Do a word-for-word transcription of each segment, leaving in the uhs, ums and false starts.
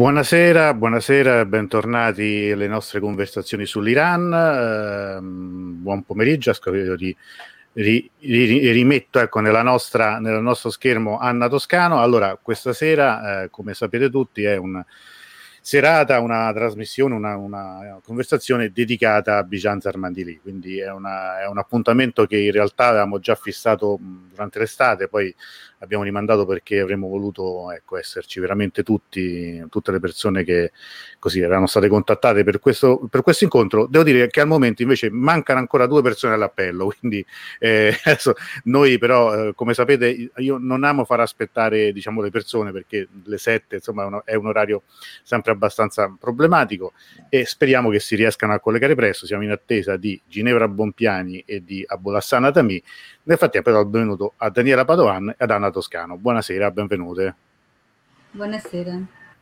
Buonasera, buonasera, bentornati alle nostre conversazioni sull'Iran. Eh, buon pomeriggio, io ri, ri, ri, rimetto ecco, nella nostra, nel nostro schermo Anna Toscano. Allora, questa sera, eh, come sapete tutti, è una serata, una trasmissione, una, una conversazione dedicata a Bijan Zarmandili, quindi è, una, è un appuntamento che in realtà avevamo già fissato durante l'estate, poi abbiamo rimandato perché avremmo voluto ecco, esserci veramente tutti, tutte le persone che così erano state contattate per questo, per questo incontro. Devo dire che al momento invece mancano ancora due persone all'appello, quindi eh, adesso noi però, eh, come sapete, io non amo far aspettare diciamo, le persone perché le sette insomma è, uno, è un orario sempre abbastanza problematico e speriamo che si riescano a collegare presto. Siamo in attesa di Ginevra Bompiani e di Abolassana Tami. Nel frattempo do il benvenuto a Daniela Padoan e ad Anna Toscano. Buonasera, benvenute. Buonasera.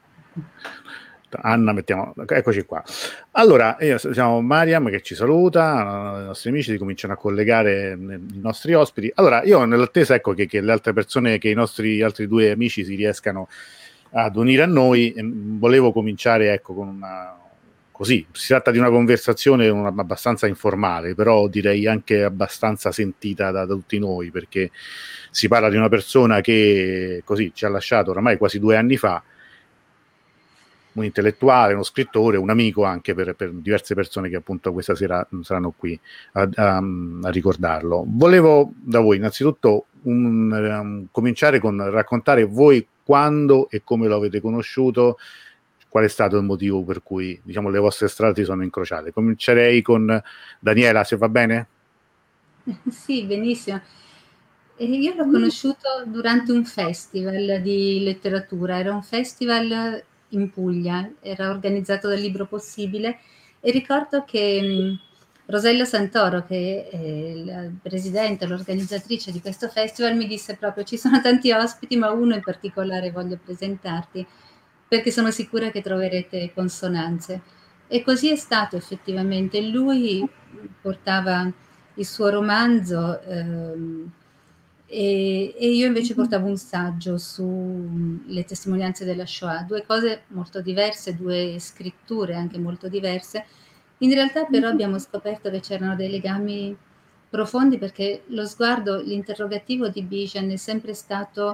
Anna, mettiamo, eccoci qua. Allora, io, siamo Mariam che ci saluta, i nostri amici si cominciano a collegare i nostri ospiti. Allora, io nell'attesa ecco che, che le altre persone, che i nostri altri due amici si riescano ad unire a noi, volevo cominciare ecco con una così, si tratta di una conversazione una, abbastanza informale, però direi anche abbastanza sentita da, da tutti noi, perché si parla di una persona che così ci ha lasciato oramai quasi due anni fa, un intellettuale, uno scrittore, un amico anche per, per diverse persone che appunto questa sera saranno qui a, a, a ricordarlo. Volevo da voi innanzitutto un, um, cominciare con raccontare voi quando e come lo avete conosciuto, qual è stato il motivo per cui diciamo le vostre strade si sono incrociate. Comincerei con Daniela, se va bene? Sì, benissimo. E io l'ho conosciuto durante un festival di letteratura, era un festival in Puglia, era organizzato dal Libro Possibile e ricordo che mh, Rosello Santoro, che è la presidente, l'organizzatrice di questo festival, mi disse proprio ci sono tanti ospiti, ma uno in particolare voglio presentarti perché sono sicura che troverete consonanze. E così è stato effettivamente. Lui portava il suo romanzo ehm, e, e io invece portavo un saggio sulle testimonianze della Shoah, due cose molto diverse, due scritture anche molto diverse. In realtà però abbiamo scoperto che c'erano dei legami profondi perché lo sguardo, l'interrogativo di Bijan è sempre stato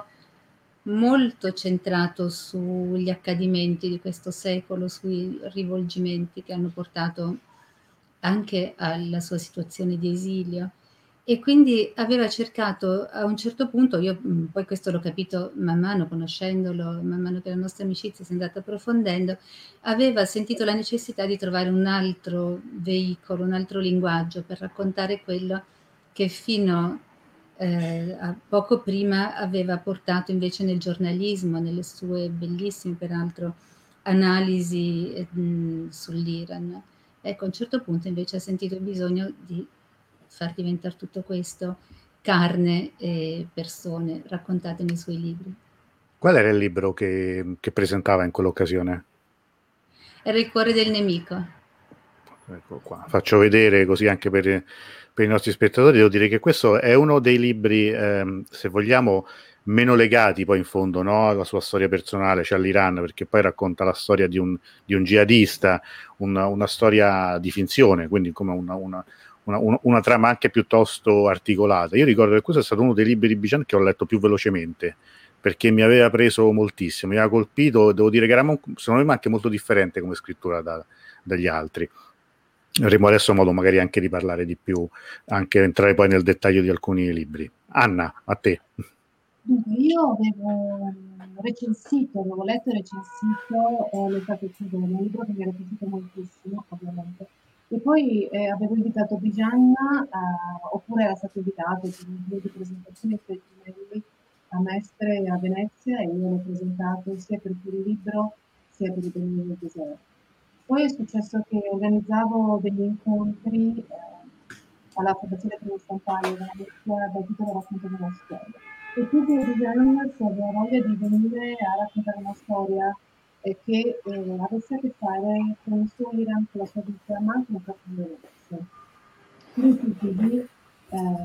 molto centrato sugli accadimenti di questo secolo, sui rivolgimenti che hanno portato anche alla sua situazione di esilio. E quindi aveva cercato a un certo punto, io mh, poi questo l'ho capito man mano conoscendolo, man mano che la nostra amicizia si è andata approfondendo, aveva sentito la necessità di trovare un altro veicolo, un altro linguaggio per raccontare quello che fino eh, a poco prima aveva portato invece nel giornalismo, nelle sue bellissime peraltro analisi eh, mh, sull'Iran. Ecco, a un certo punto invece ha sentito il bisogno di far diventare tutto questo carne e persone raccontate nei suoi libri. Qual era il libro che, che presentava in quell'occasione? Era il cuore del nemico. Ecco qua. Faccio vedere così anche per, per i nostri spettatori, devo dire che questo è uno dei libri, ehm, se vogliamo, meno legati poi in fondo, no? Alla sua storia personale, cioè all'Iran, perché poi racconta la storia di un, di un jihadista, una, una storia di finzione, quindi come una, una, una, una, una trama anche piuttosto articolata. Io ricordo che questo è stato uno dei libri di Bijan che ho letto più velocemente, perché mi aveva preso moltissimo, mi aveva colpito, devo dire che era secondo me anche molto differente come scrittura da, dagli altri. Avremo adesso modo magari anche di parlare di più, anche entrare poi nel dettaglio di alcuni libri. Anna, a te. Dunque, io avevo recensito, avevo letto e recensito eh, L'età del sudore, un libro che mi era piaciuto moltissimo, ovviamente. E poi eh, avevo invitato Bijan, eh, oppure era stato invitato per un giro di presentazione per Ginelli a Mestre e a Venezia, e io l'ho presentato sia per il libro sia per i Domini del Deserto. Poi è successo che organizzavo degli incontri eh, alla Fondazione Primo Stampale Venezia dal titolo Racconto della storia. E quindi Bijan se aveva voglia di venire a raccontare una storia eh, che eh, avesse a che fare con il suo Iran, con la sua vita, ma anche un po' con Venezia. Quindi così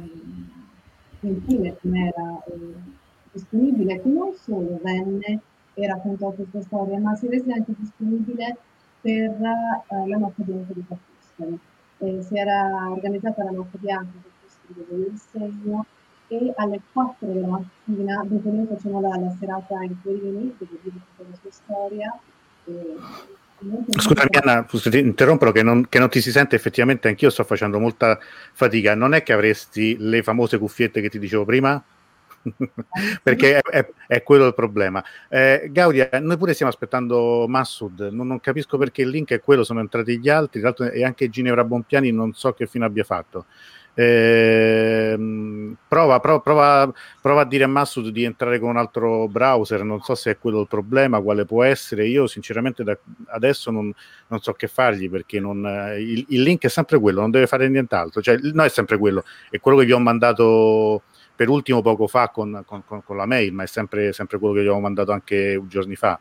ehm, sentire come era eh, disponibile, che non solo venne e raccontò questa storia, ma si rese anche disponibile per eh, la notte bianca di Ca' Foscari. Eh, si era organizzata la notte bianca per costruire il segno e alle quattro della mattina, dopo noi facciamo la, la serata in Querini, dove dire tutta la sua storia. E, Scusami Anna, ti interrompo che non, che non ti si sente, effettivamente anch'io sto facendo molta fatica. Non è che avresti le famose cuffiette che ti dicevo prima? Perché è, è, è quello il problema. eh, Gaudia, noi pure stiamo aspettando Massoud, non, non capisco perché il link è quello, sono entrati gli altri, tra l'altro, e anche Ginevra Bonpiani non so che fine abbia fatto. Eh, prova, prova, prova, prova a dire a Massoud di entrare con un altro browser, non so se è quello il problema, quale può essere. Io sinceramente da adesso non, non so che fargli, perché non, il, il link è sempre quello, non deve fare nient'altro, cioè no, è sempre quello, è quello che vi ho mandato per ultimo poco fa con, con, con la mail, ma è sempre, sempre quello che gli avevo mandato anche giorni fa.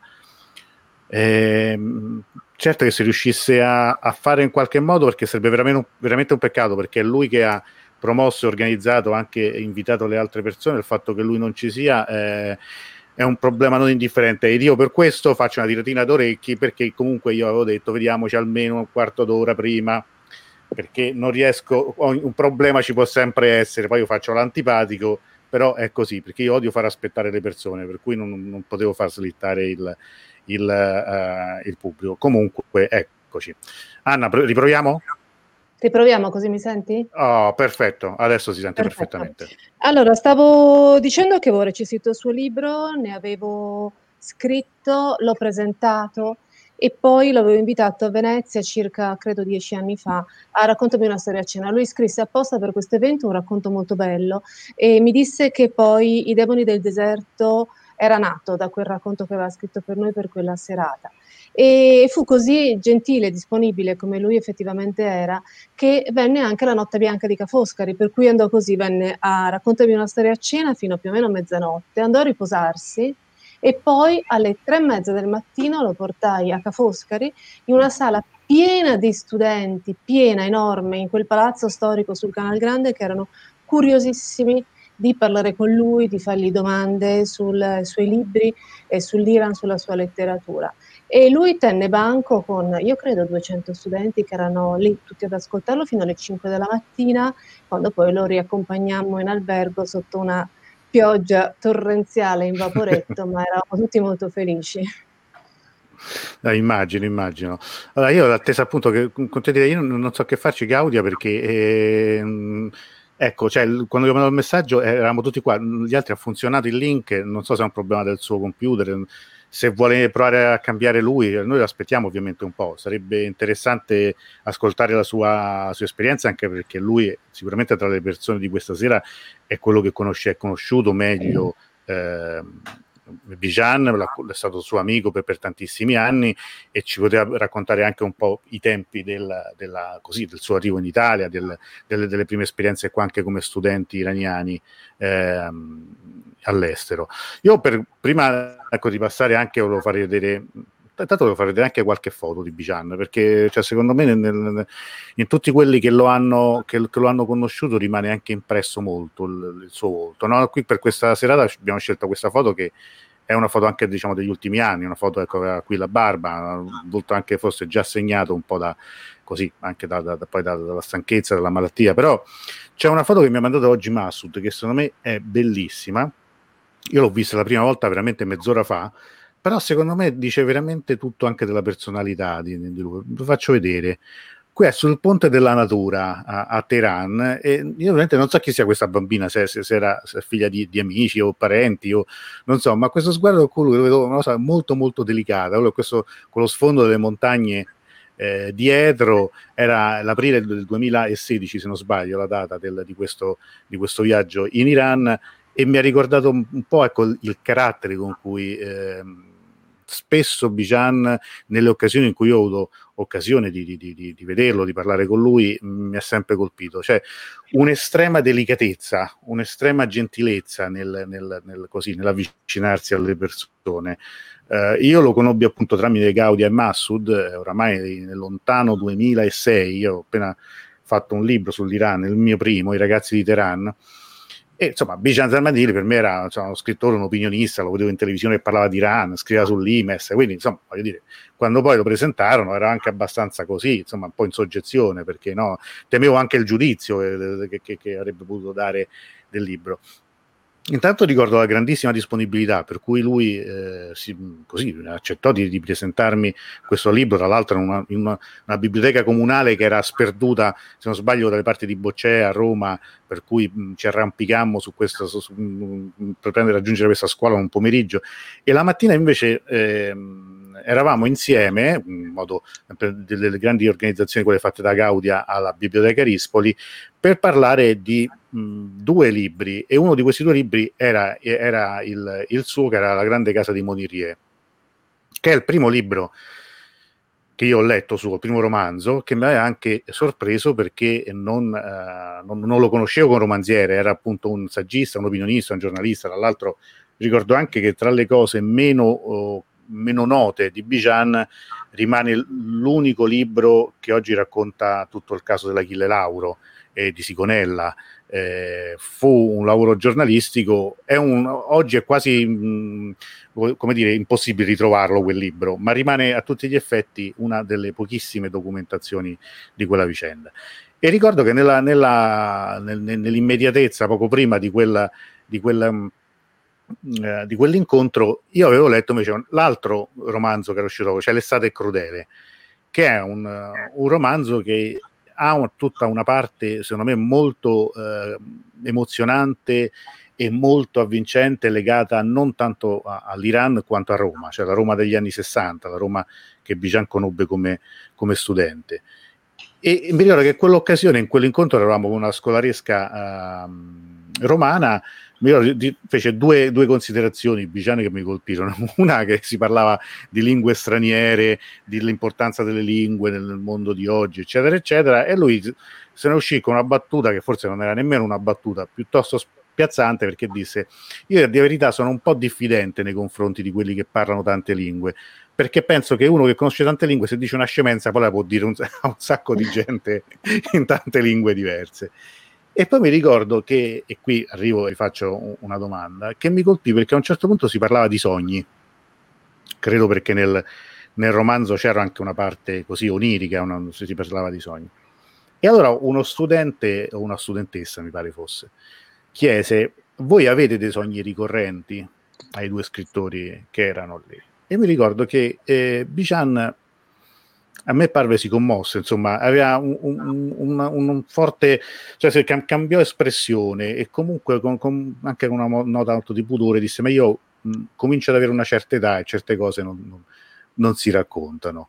Ehm, certo che se riuscisse a, a fare in qualche modo, perché sarebbe veramente un, veramente un peccato, perché è lui che ha promosso, organizzato, anche invitato le altre persone, il fatto che lui non ci sia eh, è un problema non indifferente, ed io per questo faccio una tiratina d'orecchi, perché comunque io avevo detto vediamoci almeno un quarto d'ora prima, perché non riesco, un problema ci può sempre essere, poi io faccio l'antipatico, però è così, perché io odio far aspettare le persone, per cui non, non potevo far slittare il, il, uh, il pubblico. Comunque, eccoci. Anna, riproviamo? Riproviamo, così mi senti? Oh, perfetto, adesso si sente Perfetto. perfettamente. Allora, stavo dicendo che avevo recensito il suo libro, ne avevo scritto, l'ho presentato e poi l'avevo invitato a Venezia circa, credo, dieci anni fa a Raccontami una storia a cena. Lui scrisse apposta per questo evento un racconto molto bello e mi disse che poi I demoni del deserto era nato da quel racconto che aveva scritto per noi per quella serata. E fu così gentile e disponibile come lui effettivamente era, che venne anche la notte bianca di Ca' Foscari, per cui andò così, venne a Raccontami una storia a cena fino a più o meno mezzanotte, andò a riposarsi e poi alle tre e mezza del mattino lo portai a Ca' Foscari in una sala piena di studenti, piena, enorme, in quel palazzo storico sul Canal Grande, che erano curiosissimi di parlare con lui, di fargli domande sul, sui suoi libri e sull'Iran, sulla sua letteratura. E lui tenne banco con, io credo, duecento studenti che erano lì tutti ad ascoltarlo fino alle cinque della mattina, quando poi lo riaccompagnammo in albergo sotto una pioggia torrenziale in vaporetto, ma eravamo tutti molto felici. Eh, immagino, immagino. Allora, io l'attesa appunto che con te dire, io non, non so che farci, Gaudia, perché eh, ecco, cioè, quando io mandavo il messaggio eravamo tutti qua, gli altri ha funzionato il link, non so se è un problema del suo computer, se vuole provare a cambiare lui, noi lo aspettiamo ovviamente un po', sarebbe interessante ascoltare la sua, la sua esperienza, anche perché lui sicuramente tra le persone di questa sera è quello che conosce, è conosciuto meglio eh, Bijan, è stato suo amico per, per tantissimi anni e ci poteva raccontare anche un po' i tempi del, della, così, del suo arrivo in Italia, del, delle, delle prime esperienze qua anche come studenti iraniani ehm, all'estero. Io per prima ecco, di passare anche volevo far vedere, tanto volevo far vedere anche qualche foto di Bijan, perché cioè, secondo me nel, nel, in tutti quelli che lo hanno che, che lo hanno conosciuto rimane anche impresso molto il, il suo volto, no? Qui per questa serata abbiamo scelto questa foto che è una foto anche diciamo degli ultimi anni, una foto ecco qui la barba, un volto anche forse già segnato un po' da così, anche da, da, da, poi da, dalla stanchezza, dalla malattia, però c'è una foto che mi ha mandato oggi Massoud che secondo me è bellissima. Io l'ho vista la prima volta veramente mezz'ora fa, però secondo me dice veramente tutto anche della personalità di, di lui. Lo faccio vedere. Qui è sul Ponte della Natura a, a Teheran e io veramente non so chi sia questa bambina, se, se, se era se figlia di, di amici o parenti o non so, ma questo sguardo con lui lo vedo una cosa molto molto delicata. Allora, questo, con lo sfondo delle montagne eh, dietro, era l'aprile del duemilasedici se non sbaglio la data del, di, questo, di questo viaggio in Iran, e mi ha ricordato un, un po' ecco, il, il carattere con cui eh, spesso Bijan, nelle occasioni in cui io ho avuto occasione di, di, di, di vederlo, di parlare con lui, mi ha sempre colpito, cioè un'estrema delicatezza, un'estrema gentilezza nel, nel, nel, così, nell'avvicinarsi alle persone. Uh, io lo conobbi appunto tramite Gaudia e Massoud, eh, oramai nel lontano duemilasei, io ho appena fatto un libro sull'Iran, il mio primo, I ragazzi di Teheran, E insomma, Bijan Zarmandini per me era, insomma, uno scrittore, un opinionista, lo vedevo in televisione che parlava di Iran, scriveva sull'I M E S, quindi insomma, voglio dire, quando poi lo presentarono era anche abbastanza così, insomma, un po' in soggezione, perché no, temevo anche il giudizio che, che, che avrebbe potuto dare del libro. Intanto ricordo la grandissima disponibilità per cui lui eh, si, così, accettò di, di presentarmi questo libro, tra l'altro in, una, in una, una biblioteca comunale che era sperduta, se non sbaglio, dalle parti di Boccea a Roma, per cui mh, ci arrampicammo su questo, su, su, mh, per prendere raggiungere questa scuola un pomeriggio, e la mattina invece eh, eravamo insieme, in modo per delle grandi organizzazioni, quelle fatte da Gaudia, alla Biblioteca Rispoli, per parlare di mh, due libri, e uno di questi due libri era, era il, il suo, che era La grande casa di Monirie, che è il primo libro che io ho letto suo, il primo romanzo, che mi aveva anche sorpreso perché non, eh, non, non lo conoscevo come romanziere, era appunto un saggista, un opinionista, un giornalista. Tra l'altro ricordo anche che tra le cose meno, oh, meno note di Bijan rimane l'unico libro che oggi racconta tutto il caso dell'Achille Lauro e di Sigonella. Eh, fu un lavoro giornalistico, è un, oggi è quasi mh, come dire, impossibile ritrovarlo quel libro, ma rimane a tutti gli effetti una delle pochissime documentazioni di quella vicenda. E ricordo che nella, nella, nel, nell'immediatezza, poco prima di quella, di quella mh, eh, di quell'incontro, io avevo letto invece l'altro romanzo che era uscito, cioè L'estate è crudele, che è un, un romanzo che ha un, tutta una parte, secondo me, molto eh, emozionante e molto avvincente, legata non tanto a, all'Iran quanto a Roma, cioè la Roma degli anni sessanta, la Roma che Bijan conobbe come, come studente. E, e mi ricordo che in quell'occasione, in quell'incontro, eravamo con una scolaresca uh, romana. Mi ricordo, di, fece due, due considerazioni Bijan che mi colpirono. Una, che si parlava di lingue straniere, dell'importanza delle lingue nel mondo di oggi, eccetera, eccetera, e lui se ne uscì con una battuta che forse non era nemmeno una battuta, piuttosto spiazzante, perché disse: io di verità sono un po' diffidente nei confronti di quelli che parlano tante lingue, perché penso che uno che conosce tante lingue, se dice una scemenza, poi la può dire un, a un sacco di gente in tante lingue diverse. E poi mi ricordo che, e qui arrivo e faccio una domanda, che mi colpì perché a un certo punto si parlava di sogni, credo perché nel, nel romanzo c'era anche una parte così onirica, una, se si parlava di sogni. E allora uno studente, o una studentessa mi pare fosse, chiese: voi avete dei sogni ricorrenti? Ai due scrittori che erano lì. E mi ricordo che eh, Bijan, a me parve si commosse, insomma, aveva un, un, un, un forte, cioè se cambiò espressione, e comunque con, con, anche con una nota alto di pudore disse: ma io mh, comincio ad avere una certa età e certe cose non, non, non si raccontano.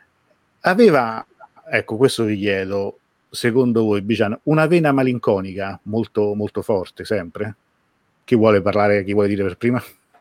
Aveva, ecco, questo vi chiedo, secondo voi Bijan, una vena malinconica molto, molto forte sempre? Chi vuole parlare, chi vuole dire per prima?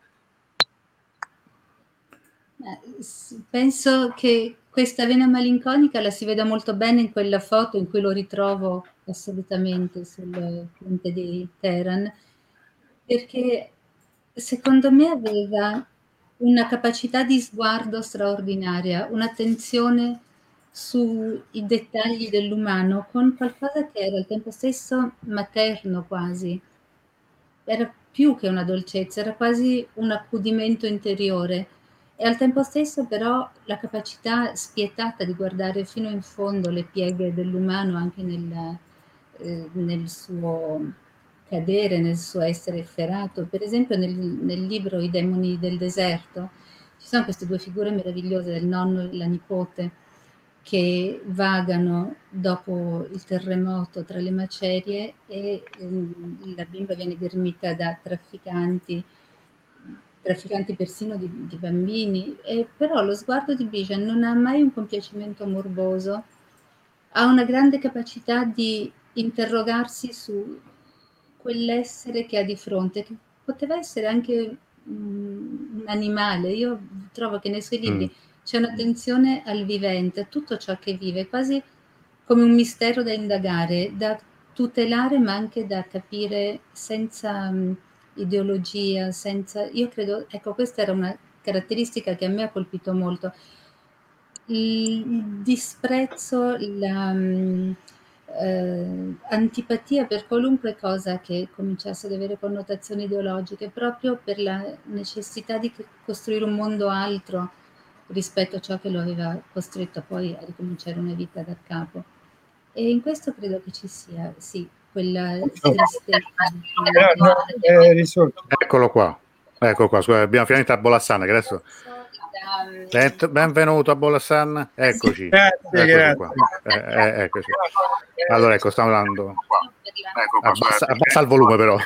Penso che questa vena malinconica la si veda molto bene in quella foto in cui lo ritrovo assolutamente sul ponte di Teheran, perché secondo me aveva una capacità di sguardo straordinaria, un'attenzione sui dettagli dell'umano, con qualcosa che era al tempo stesso materno quasi. Era più che una dolcezza, era quasi un accudimento interiore. E al tempo stesso però la capacità spietata di guardare fino in fondo le pieghe dell'umano anche nel, eh, nel suo cadere, nel suo essere efferato. Per esempio nel, nel libro I demoni del deserto ci sono queste due figure meravigliose del nonno e la nipote che vagano dopo il terremoto tra le macerie e eh, la bimba viene ghermita da trafficanti trafficanti persino di, di bambini, e però lo sguardo di Bijan non ha mai un compiacimento morboso, ha una grande capacità di interrogarsi su quell'essere che ha di fronte, che poteva essere anche um, un animale. Io trovo che nei suoi libri mm. c'è un'attenzione al vivente, a tutto ciò che vive, quasi come un mistero da indagare, da tutelare ma anche da capire senza um, ideologia, senza... Io credo, ecco, questa era una caratteristica che a me ha colpito molto. Il disprezzo, la, eh, antipatia per qualunque cosa che cominciasse ad avere connotazioni ideologiche, proprio per la necessità di costruire un mondo altro rispetto a ciò che lo aveva costretto poi a ricominciare una vita da capo. E in questo credo che ci sia, sì, quella tristezza. Eh, Eccolo qua, ecco qua, scusa, abbiamo finito a Bolassan, che adesso... Benvenuto a Bolassan, eccoci. Grazie, eccoci grazie. qua. Eh, eh, eccoci. Allora, ecco, stiamo andando... Abbassa, abbassa il volume però.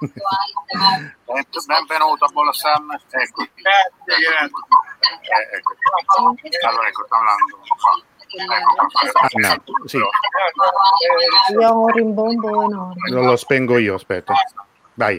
Benvenuto a Bolassan, eccoci. Grazie, grazie. Eh, ecco. Allora, ecco, stiamo andando... Ah, no, sì. Io ho un rimbombo enorme. Lo, lo spengo io, aspetta. Vai.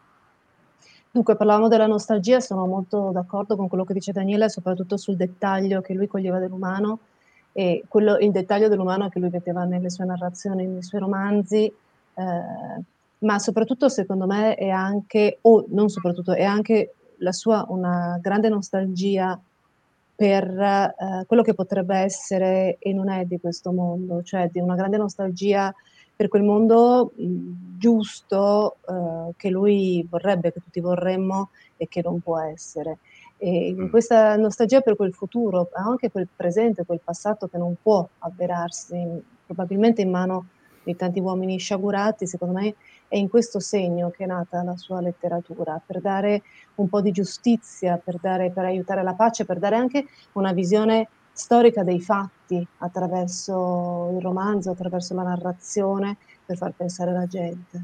Dunque, parlavamo della nostalgia, sono molto d'accordo con quello che dice Daniele, soprattutto sul dettaglio che lui coglieva dell'umano e quello, il dettaglio dell'umano che lui vedeva nelle sue narrazioni, nei suoi romanzi, eh, ma soprattutto secondo me è anche, o non soprattutto, è anche la sua una grande nostalgia per eh, quello che potrebbe essere e non è di questo mondo, cioè di una grande nostalgia per quel mondo mh, giusto eh, che lui vorrebbe, che tutti vorremmo e che non può essere. E in questa nostalgia per quel futuro, anche quel presente, quel passato che non può avverarsi, probabilmente in mano di tanti uomini sciagurati, secondo me è in questo segno che è nata la sua letteratura, per dare un po' di giustizia, per, dare, per aiutare la pace, per dare anche una visione storica dei fatti attraverso il romanzo, attraverso la narrazione, per far pensare la gente.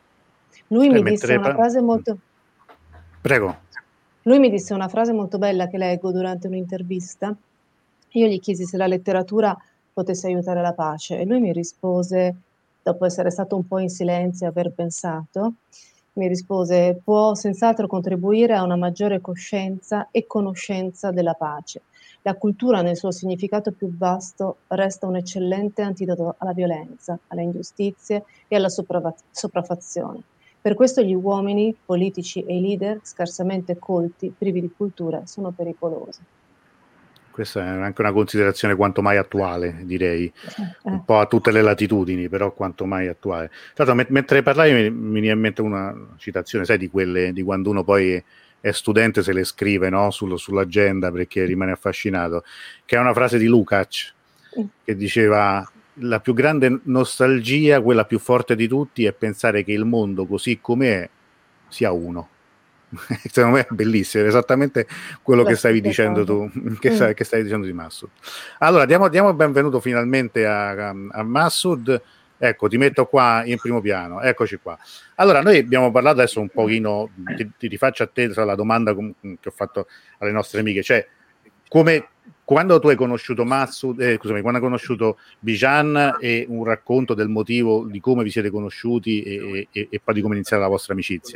Lui Eh, mi disse una pa- frase molto... Prego. Lui mi disse una frase molto bella che leggo durante un'intervista. Io gli chiesi se la letteratura potesse aiutare la pace e lui mi rispose, dopo essere stato un po' in silenzio e aver pensato, mi rispose: può senz'altro contribuire a una maggiore coscienza e conoscenza della pace. La cultura nel suo significato più vasto resta un eccellente antidoto alla violenza, alle ingiustizie e alla soprava- sopraffazione. Per questo gli uomini, politici e i leader scarsamente colti, privi di cultura, sono pericolosi. Questa è anche una considerazione quanto mai attuale, direi, Eh. un po' a tutte le latitudini, però quanto mai attuale. Tra l'altro, mentre parlavi mi, mi viene in mente una citazione, sai, di quelle di quando uno poi è studente, se le scrive, no? Sul, sull'agenda perché rimane affascinato, che è una frase di Lukács che diceva: la più grande nostalgia, quella più forte di tutti, è pensare che il mondo così com'è sia uno. Secondo me è bellissimo, è esattamente quello La che stavi stessa dicendo cosa. tu, che, Mm. stavi, che stavi dicendo di Massoud. Allora, diamo, diamo il benvenuto finalmente a, a, a Massoud. Ecco, ti metto qua in primo piano, eccoci qua. Allora, noi abbiamo parlato adesso un pochino, ti, ti rifaccio a te la domanda che ho fatto alle nostre amiche, cioè, come, quando tu hai conosciuto Massoud, eh, scusami, quando hai conosciuto Bijan e un racconto del motivo di come vi siete conosciuti e, e, e poi di come iniziare la vostra amicizia.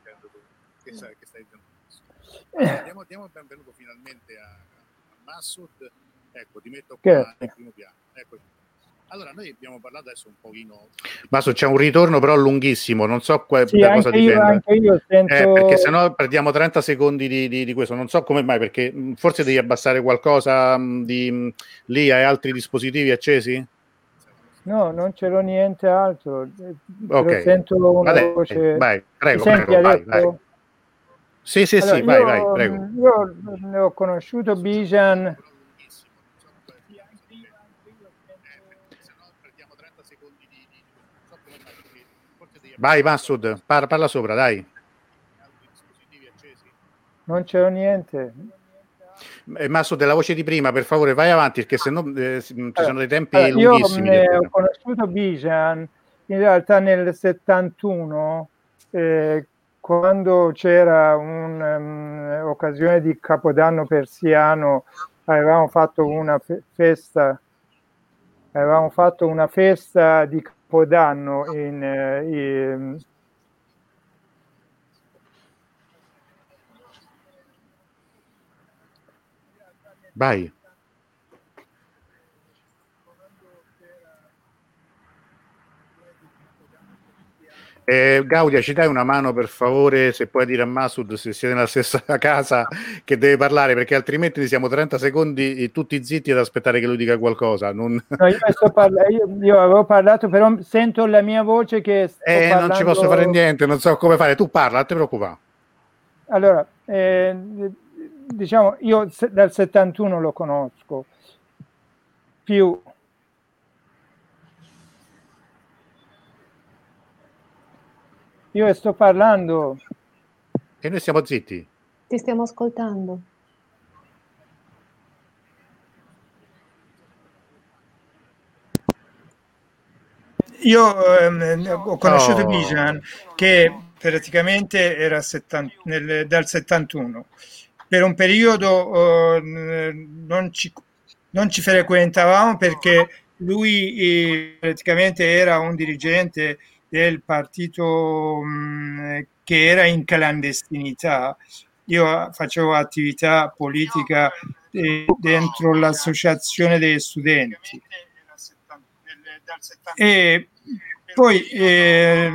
Che stai, che stai allora, diamo, diamo il benvenuto finalmente a, a Massoud. Ecco, ti metto qua in primo piano. Ecco. Allora, noi abbiamo parlato adesso un pochino. Massoud, c'è un ritorno però lunghissimo, non so qua, sì, da cosa anche io, dipende. anche io sento... Eh, perché sennò perdiamo trenta secondi di, di, di questo, non so come mai, perché mh, forse devi abbassare qualcosa mh, di mh, lì, hai altri dispositivi accesi? No, non c'ero niente altro, Ok, però sento una vai, voce... vai, prego, Mi senti prego, vai, adesso? vai. Sì, sì, allora, sì, vai, io, vai, prego. Io ne ho conosciuto Bijan... Vai, Massoud, par- parla sopra, dai. Non c'ero niente. Eh, Massoud, della voce di prima, per favore, vai avanti, perché sennò eh, ci allora, sono dei tempi allora, lunghissimi. Io ho conosciuto Bijan in realtà nel settantuno, eh, quando c'era un'occasione um, di Capodanno persiano, avevamo fatto una fe- festa avevamo fatto una festa di Capodanno in, eh, in vai. Eh, Gaudia, ci dai una mano per favore, se puoi dire a Masud se siete nella stessa casa che deve parlare, perché altrimenti siamo trenta secondi tutti zitti ad aspettare che lui dica qualcosa. Non... No, io, sto parla- io, io avevo parlato, però sento la mia voce che sto eh, parlando... non ci posso fare niente, non so come fare. Tu parla, non ti preoccupare. Allora, eh, diciamo, io dal settantuno lo conosco, più... Io sto parlando... E noi siamo zitti. Ti stiamo ascoltando. Io ehm, ho conosciuto Oh. Bijan, che praticamente era settanta, nel, dal settantuno. Per un periodo eh, non, ci, non ci frequentavamo perché lui eh, praticamente era un dirigente del partito mh, che era in clandestinità. Io facevo attività politica eh, dentro l'associazione degli studenti. E poi eh,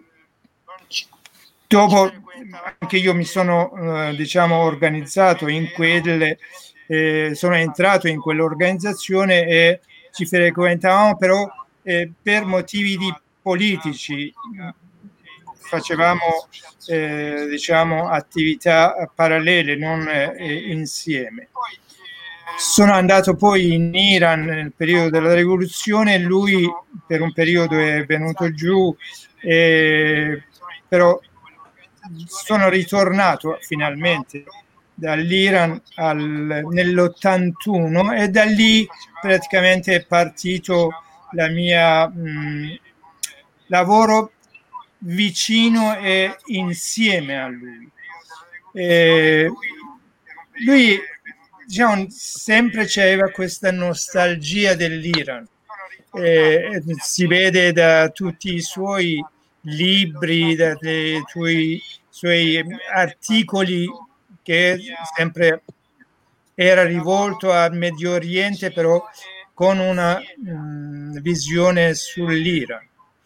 dopo anche io mi sono eh, diciamo organizzato in quelle, eh, sono entrato in quell'organizzazione e ci frequentavamo, però eh, per motivi di politici facevamo eh, diciamo attività parallele, non eh, insieme. Sono andato poi in Iran nel periodo della rivoluzione, lui per un periodo è venuto giù, eh, però sono ritornato finalmente dall'Iran al, nell'ottantuno e da lì praticamente è partito la mia mh, lavoro vicino e insieme a lui. Eh, lui diciamo, sempre c'era questa nostalgia dell'Iran, eh, si vede da tutti i suoi libri, dai suoi, suoi articoli che sempre era rivolto al Medio Oriente, però con una mh, visione sull'Iran.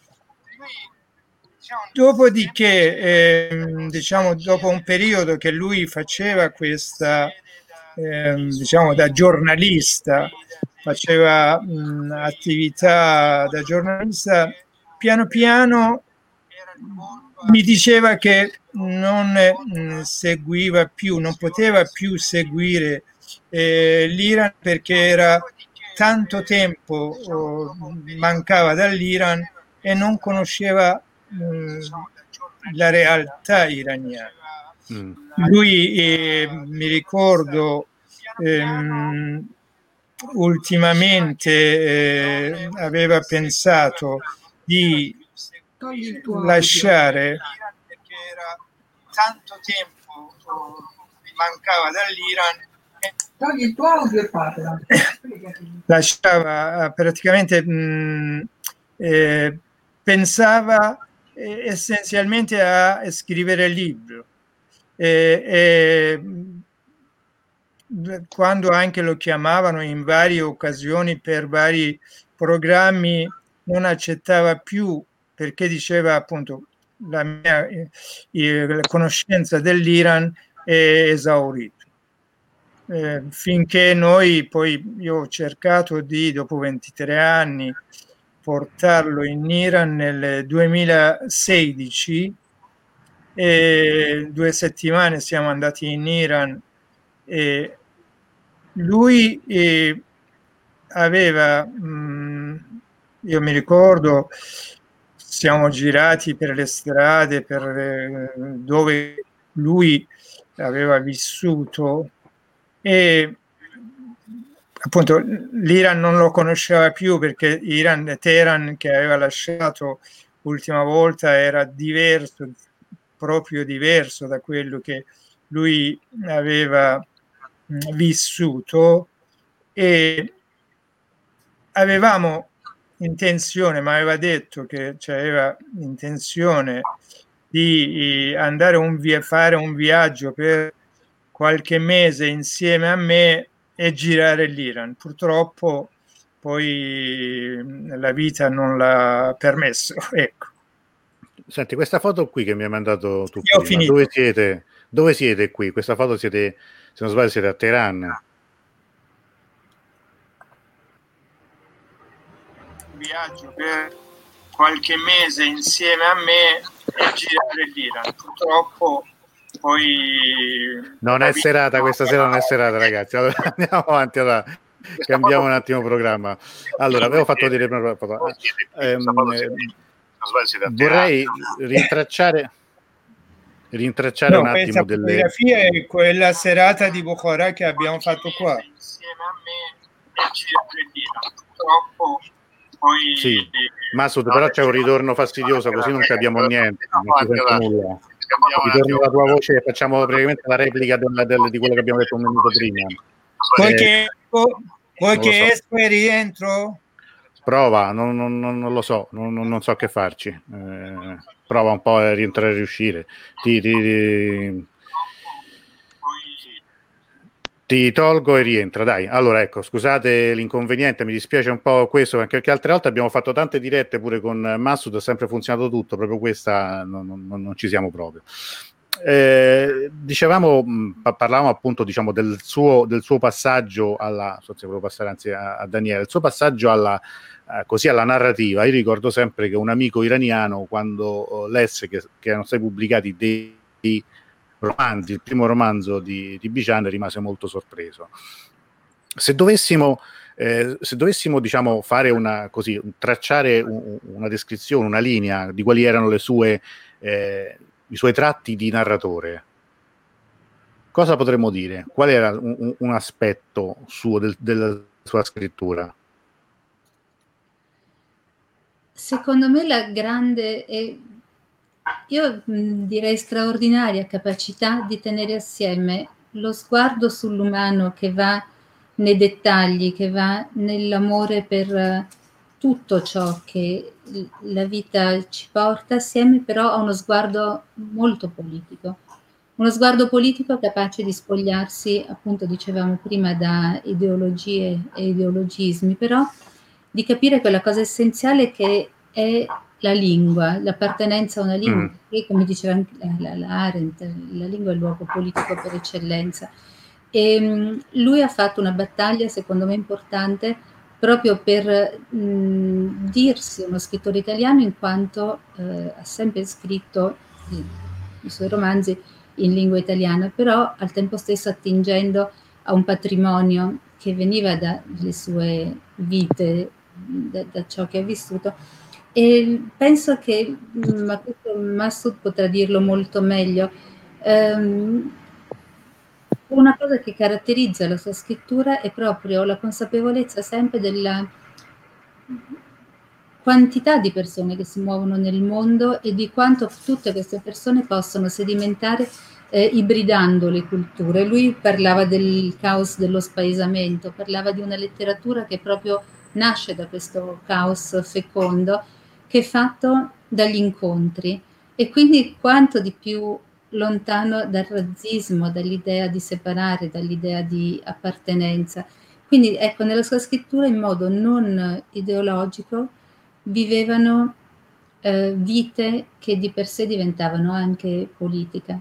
Dopodiché, eh, diciamo, dopo un periodo che lui faceva questa, eh, diciamo, da giornalista, faceva mh, attività da giornalista, piano piano mi diceva che non mh, seguiva più, non poteva più seguire eh, l'Iran perché era tanto tempo oh, mancava dall'Iran e non conosceva la realtà iraniana. Mm. Lui, eh, mi ricordo, ehm, ultimamente eh, aveva pensato di lasciare, perché era tanto tempo mancava dall'Iran. Togli il tuo audio e parla. Lasciava praticamente, mh, eh, pensava eh, essenzialmente a scrivere il libro. Eh, eh, quando anche lo chiamavano in varie occasioni per vari programmi, non accettava più perché diceva appunto la mia eh, la conoscenza dell'Iran è esaurita. Eh, finché noi poi io ho cercato di dopo ventitré anni portarlo in Iran nel duemilasedici e due settimane siamo andati in Iran e lui eh, aveva mh, io mi ricordo siamo girati per le strade per eh, dove lui aveva vissuto e appunto l'Iran non lo conosceva più perché Iran, Teheran che aveva lasciato l'ultima volta era diverso, proprio diverso da quello che lui aveva mh, vissuto e avevamo intenzione, ma aveva detto che cioè, aveva intenzione di andare un via, fare un viaggio per qualche mese insieme a me e girare l'Iran. Purtroppo poi la vita non l'ha permesso, ecco. Senti, questa foto qui che mi hai mandato tu Io ho prima, finito. dove siete? Dove siete qui? Questa foto siete, se non sbaglio, siete a Teheran. Viaggio per qualche mese insieme a me e girare l'Iran. Purtroppo poi... Non è serata, questa sera non è serata, ragazzi. Allora, andiamo avanti, allora, cambiamo un attimo programma. Allora, avevo fatto vedere una foto. Ehm, vorrei rintracciare, rintracciare No, un questa attimo delle... fotografia è quella serata di Bukhara che abbiamo fatto qua. Insieme a me e girare l'Iran. Purtroppo poi... Sì, Masud, però c'è un ritorno fastidioso, così non capiamo niente, non si sente nulla. Ritorno la tua voce e facciamo praticamente la replica del, del, di quello che abbiamo detto un minuto prima. Vuoi Eh, che, vuoi che so. esco e rientro? Prova, non, non, non lo so, non, non so che farci. Eh, prova un po' a rientrare e riuscire. Ti, ti, ti, ti tolgo e rientra, dai. Allora, ecco, scusate l'inconveniente, mi dispiace un po' questo, anche perché altre volte abbiamo fatto tante dirette pure con Masud, ha sempre funzionato tutto, proprio questa non, non, non ci siamo proprio. Eh, dicevamo, parlavamo appunto diciamo del suo, del suo passaggio alla, so se volevo passare anzi a, a Daniele, il suo passaggio alla, eh, così alla narrativa. Io ricordo sempre che un amico iraniano, quando oh, lesse che, che erano stati pubblicati dei, dei romanzi, il primo romanzo di, di Bijan, rimase molto sorpreso. Se dovessimo eh, se dovessimo diciamo fare una così, tracciare un, una descrizione, una linea di quali erano le sue eh, i suoi tratti di narratore, cosa potremmo dire? Qual era un, un aspetto suo del, della sua scrittura? Secondo me la grande e io mh, direi straordinaria capacità di tenere assieme lo sguardo sull'umano che va nei dettagli, che va nell'amore per tutto ciò che la vita ci porta, assieme però a uno sguardo molto politico. Uno sguardo politico capace di spogliarsi, appunto dicevamo prima, da ideologie e ideologismi, però di capire quella cosa essenziale che è la lingua, l'appartenenza a una lingua, mm. che come diceva anche la, la Arendt, la lingua è il luogo politico per eccellenza. E um, lui ha fatto una battaglia, secondo me, importante proprio per mh, dirsi uno scrittore italiano, in quanto eh, ha sempre scritto i, i suoi romanzi in lingua italiana, però al tempo stesso attingendo a un patrimonio che veniva dalle sue vite, da, da ciò che ha vissuto. E penso che, ma questo Massoud potrà dirlo molto meglio, ehm, una cosa che caratterizza la sua scrittura è proprio la consapevolezza sempre della quantità di persone che si muovono nel mondo e di quanto tutte queste persone possono sedimentare eh, ibridando le culture. Lui parlava del caos dello spaesamento, parlava di una letteratura che proprio nasce da questo caos fecondo, che è fatto dagli incontri, e quindi quanto di più lontano dal razzismo, dall'idea di separare, dall'idea di appartenenza. Quindi ecco, nella sua scrittura in modo non ideologico vivevano eh, vite che di per sé diventavano anche politica.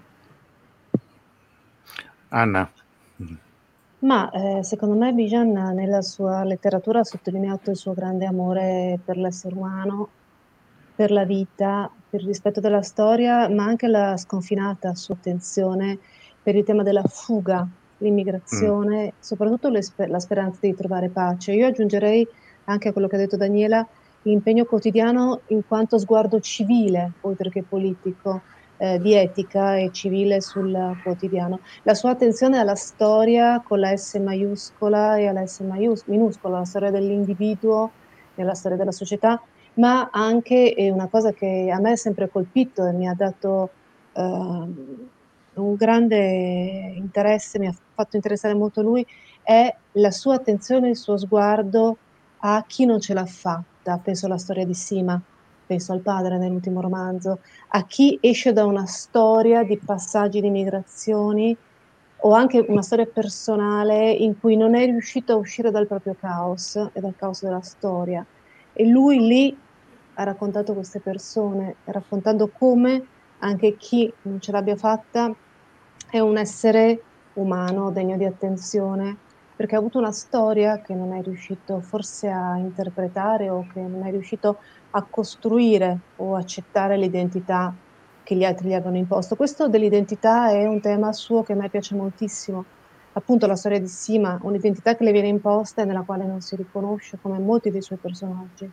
Anna. Ma eh, secondo me Bijan nella sua letteratura ha sottolineato il suo grande amore per l'essere umano, per la vita, per il rispetto della storia, ma anche la sconfinata sua attenzione per il tema della fuga, l'immigrazione, mm. soprattutto le sper- la speranza di trovare pace. Io aggiungerei anche a quello che ha detto Daniela l'impegno quotidiano in quanto sguardo civile, oltre che politico, eh, di etica e civile sul quotidiano. La sua attenzione alla storia con la S maiuscola e alla S maius- minuscola, la storia dell'individuo e la storia della società, ma anche eh, una cosa che a me è sempre colpito e mi ha dato eh, un grande interesse, mi ha fatto interessare molto lui, è la sua attenzione, il suo sguardo a chi non ce l'ha fatta. Penso alla storia di Sima, penso al padre nell'ultimo romanzo, a chi esce da una storia di passaggi di migrazioni o anche una storia personale in cui non è riuscito a uscire dal proprio caos e dal caos della storia. E lui lì ha raccontato queste persone, raccontando come anche chi non ce l'abbia fatta è un essere umano degno di attenzione, perché ha avuto una storia che non è riuscito forse a interpretare o che non è riuscito a costruire o accettare l'identità che gli altri gli avevano imposto. Questo dell'identità è un tema suo che a me piace moltissimo. Appunto la storia di Sima, un'identità che le viene imposta e nella quale non si riconosce, come molti dei suoi personaggi.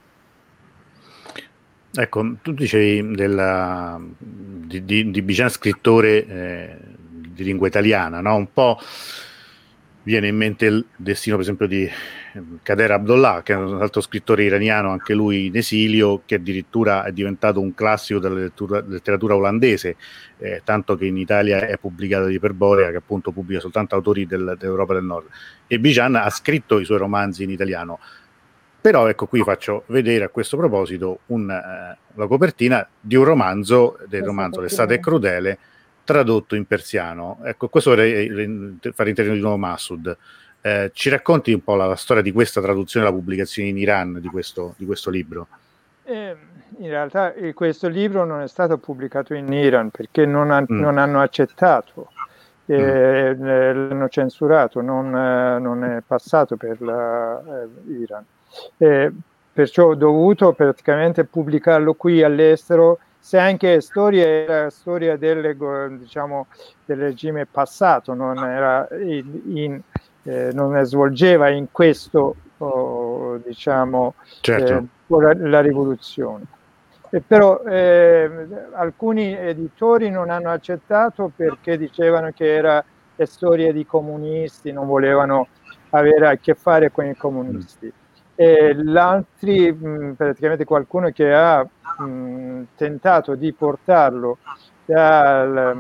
Ecco, tu dicevi della, di, di, di Bijan scrittore eh, di lingua italiana, no? Un po' viene in mente il destino, per esempio, di Kader Abdollah, che è un altro scrittore iraniano, anche lui in esilio, che addirittura è diventato un classico della lettura, letteratura olandese, eh, tanto che in Italia è pubblicata di Iperborea, che appunto pubblica soltanto autori del, dell'Europa del Nord. E Bijan ha scritto i suoi romanzi in italiano. Però ecco, qui faccio vedere a questo proposito un, eh, la copertina di un romanzo, del romanzo L'estate è crudele, tradotto in persiano. Ecco, questo vorrei fare intervenire di nuovo Massoud. Eh, ci racconti un po' la, la storia di questa traduzione e la pubblicazione in Iran di questo, di questo libro? Eh, in realtà eh, questo libro non è stato pubblicato in Iran perché non, ha, mm. non hanno accettato, eh, mm. eh, l'hanno censurato, non, eh, non è passato per l'Iran. Eh, perciò ho dovuto praticamente pubblicarlo qui all'estero, se anche storia era storia del, diciamo, del regime passato, non, era in, in, eh, non svolgeva in questo, oh, diciamo, certo. eh, la, la rivoluzione. E però eh, alcuni editori non hanno accettato perché dicevano che era storia di comunisti, non volevano avere a che fare con i comunisti. Mm. E l'altri, mh, praticamente qualcuno che ha mh, tentato di portarlo dal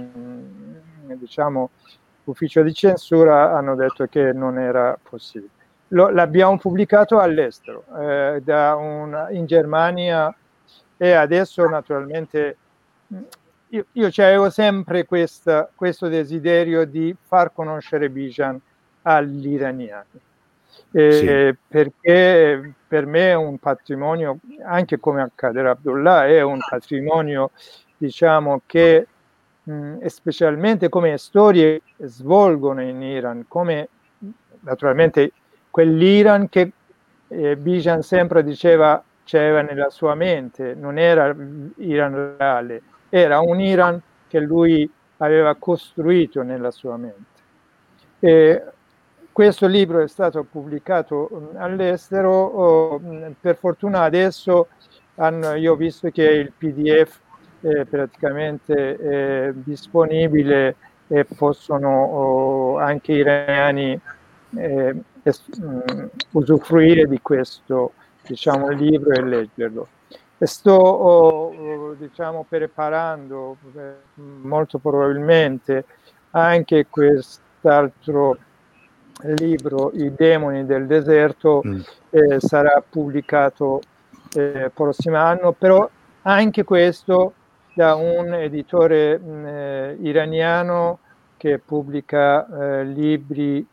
mh, diciamo, ufficio di censura, hanno detto che non era possibile. Lo, l'abbiamo pubblicato all'estero, eh, da un, in Germania, e adesso naturalmente io, io avevo sempre questa, questo desiderio di far conoscere Bijan agli iraniani. Eh, sì. Perché per me è un patrimonio, anche come a Kader Abdollah, è un patrimonio, diciamo, che mh, specialmente come storie svolgono in Iran, come naturalmente quell'Iran che eh, Bijan sempre diceva c'era nella sua mente, non era Iran reale, era un Iran che lui aveva costruito nella sua mente. E questo libro è stato pubblicato all'estero, oh, per fortuna adesso hanno, io ho visto che il P D F è praticamente è disponibile e possono oh, anche i iraniani eh, es, mh, usufruire di questo, diciamo, libro e leggerlo. E sto oh, diciamo, preparando eh, molto probabilmente anche quest'altro libro, I demoni del deserto, mm. eh, sarà pubblicato eh, prossimo anno, però anche questo da un editore eh, iraniano che pubblica eh, libri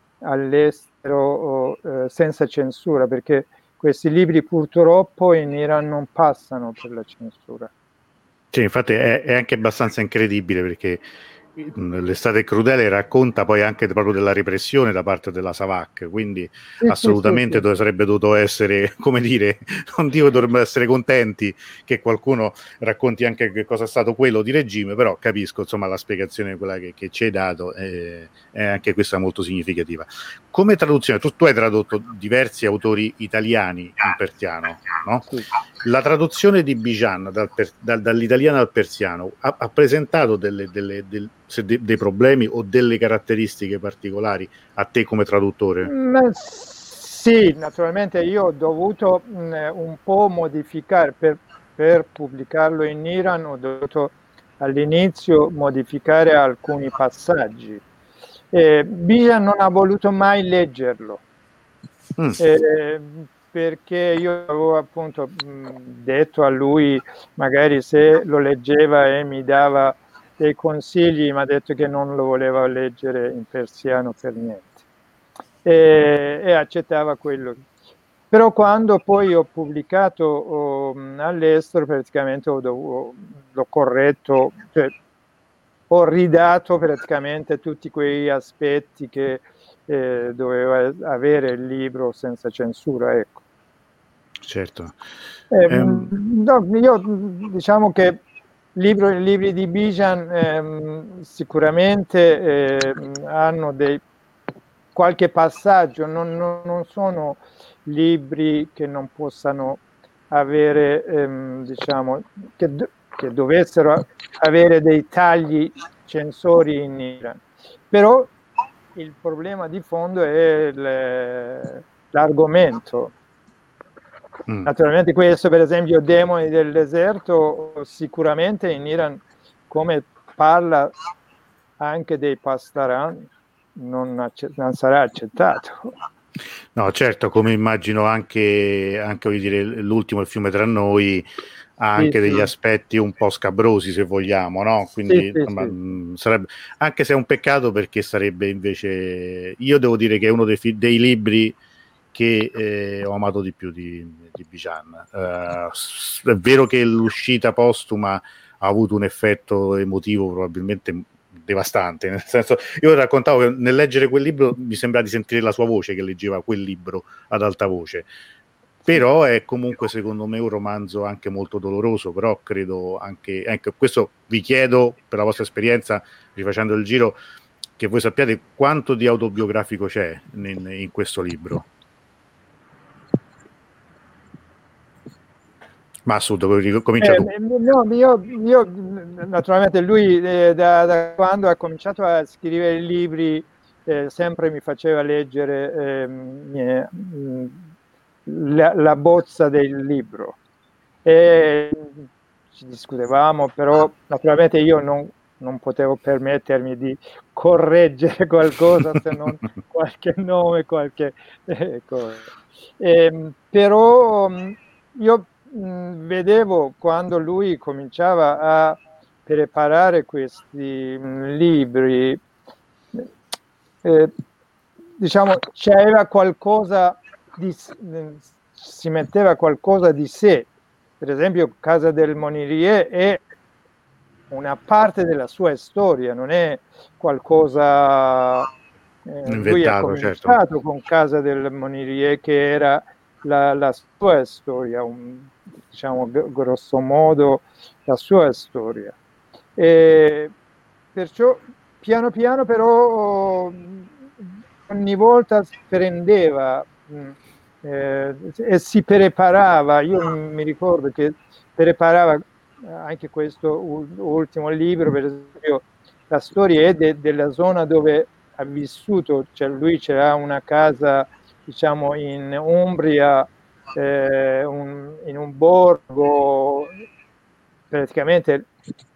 all'estero eh, senza censura, perché questi libri purtroppo in Iran non passano per la censura. Sì, infatti è, è anche abbastanza incredibile, perché L'estate crudele racconta poi anche proprio della repressione da parte della Savak, quindi sì, assolutamente sì, sì, sì. sarebbe dovuto essere, come dire, non dico dovrebbero essere contenti che qualcuno racconti anche che cosa è stato quello di regime, però capisco, insomma, la spiegazione quella che, che ci hai dato è, è anche questa molto significativa. Come traduzione, tu, tu hai tradotto diversi autori italiani in persiano, no? Sì. La traduzione di Bijan dal per, dal, dall'italiano al persiano ha, ha presentato delle, delle, delle, de, dei problemi o delle caratteristiche particolari a te come traduttore? Mm, sì, naturalmente io ho dovuto mh, un po' modificare per, per pubblicarlo in Iran, ho dovuto all'inizio modificare alcuni passaggi. Eh, Bijan non ha voluto mai leggerlo. Mm. Eh, perché io avevo appunto mh, detto a lui, magari se lo leggeva e mi dava dei consigli, mi ha detto che non lo voleva leggere in persiano per niente, e, e accettava quello. però quando poi ho pubblicato oh, all'estero praticamente ho, ho, l'ho corretto, cioè, ho ridato praticamente tutti quei aspetti che eh, doveva avere il libro senza censura, ecco. Certo. Eh, Ehm, no, io diciamo che libro, i libri di Bijan ehm, sicuramente ehm, hanno dei, qualche passaggio, non, non, non sono libri che non possano avere, ehm, diciamo, che, che dovessero avere dei tagli censori in Iran. Però il problema di fondo è il, l'argomento. Mm. Naturalmente questo, per esempio, Demoni del deserto, sicuramente in Iran, come parla anche dei Pastaran, non, acc- non sarà accettato. No, certo, come immagino anche, anche voglio dire, l'ultimo Il fiume tra noi ha anche sì, degli sì. aspetti un po' scabrosi, se vogliamo, no? Quindi sì, insomma, sì, mh, sarebbe, anche se è un peccato, perché sarebbe invece, io devo dire che è uno dei, dei libri che eh, ho amato di più di, di Bijan. Uh, è vero che l'uscita postuma ha avuto un effetto emotivo probabilmente devastante, nel senso, io raccontavo che nel leggere quel libro mi sembra di sentire la sua voce che leggeva quel libro ad alta voce, però è comunque secondo me un romanzo anche molto doloroso, però credo anche, ecco, questo vi chiedo per la vostra esperienza rifacendo il giro, che voi sappiate quanto di autobiografico c'è in, in questo libro. Massud, comincia eh, tu. No, io, io naturalmente lui eh, da, da quando ha cominciato a scrivere libri eh, sempre mi faceva leggere eh, mie, la, la bozza del libro e ci discutevamo, però naturalmente io non, non potevo permettermi di correggere qualcosa se non qualche nome, qualche eh, cosa. Eh, però io mh, vedevo quando lui cominciava a preparare questi mh, libri, eh, diciamo, c'era qualcosa di, si metteva qualcosa di sé. Per esempio, Casa del Monirie è una parte della sua storia, non è qualcosa. Eh, lui ha cominciato certo. con Casa del Monirie, che era la, la sua storia, un, diciamo grosso modo la sua storia. E perciò piano piano però ogni volta prendeva mh, eh, e si preparava. Io mi ricordo che preparava anche questo ultimo libro, per esempio la storia è de, della zona dove ha vissuto, cioè lui c'era una casa diciamo in Umbria, eh, un, in un borgo, praticamente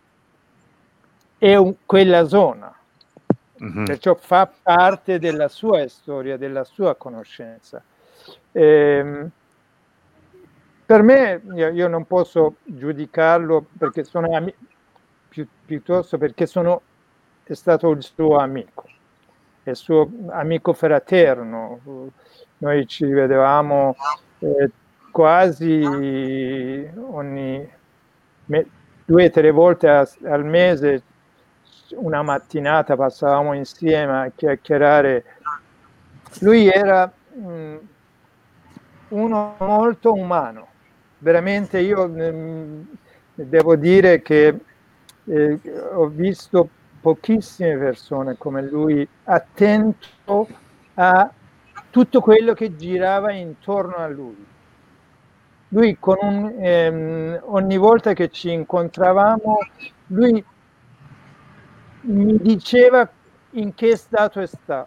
è un, quella zona, mm-hmm. Perciò fa parte della sua storia, della sua conoscenza. Eh, per me, io, io non posso giudicarlo perché sono ami- pi- piuttosto perché sono è stato il suo amico, il suo amico fraterno. Noi ci vedevamo eh, quasi ogni me, due o tre volte a, al mese, una mattinata passavamo insieme a chiacchierare. Lui era mh, uno molto umano, veramente. Io mh, devo dire che eh, ho visto pochissime persone come lui, attento a tutto quello che girava intorno a lui. Lui con un, ehm, ogni volta che ci incontravamo, lui mi diceva in che stato sta.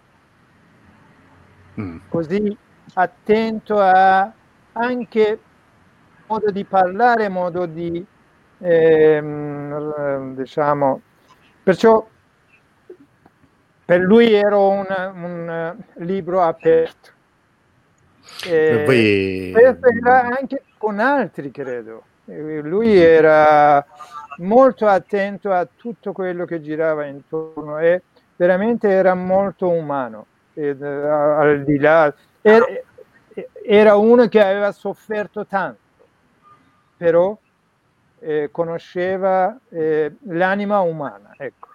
Mm. Così attento a anche modo di parlare, modo di ehm, diciamo, perciò per lui ero un, un libro aperto. E Poi... questo era anche con altri, credo. Lui era molto attento a tutto quello che girava intorno e veramente era molto umano. Ed, al di là, era, era uno che aveva sofferto tanto, però eh, conosceva eh, l'anima umana, ecco.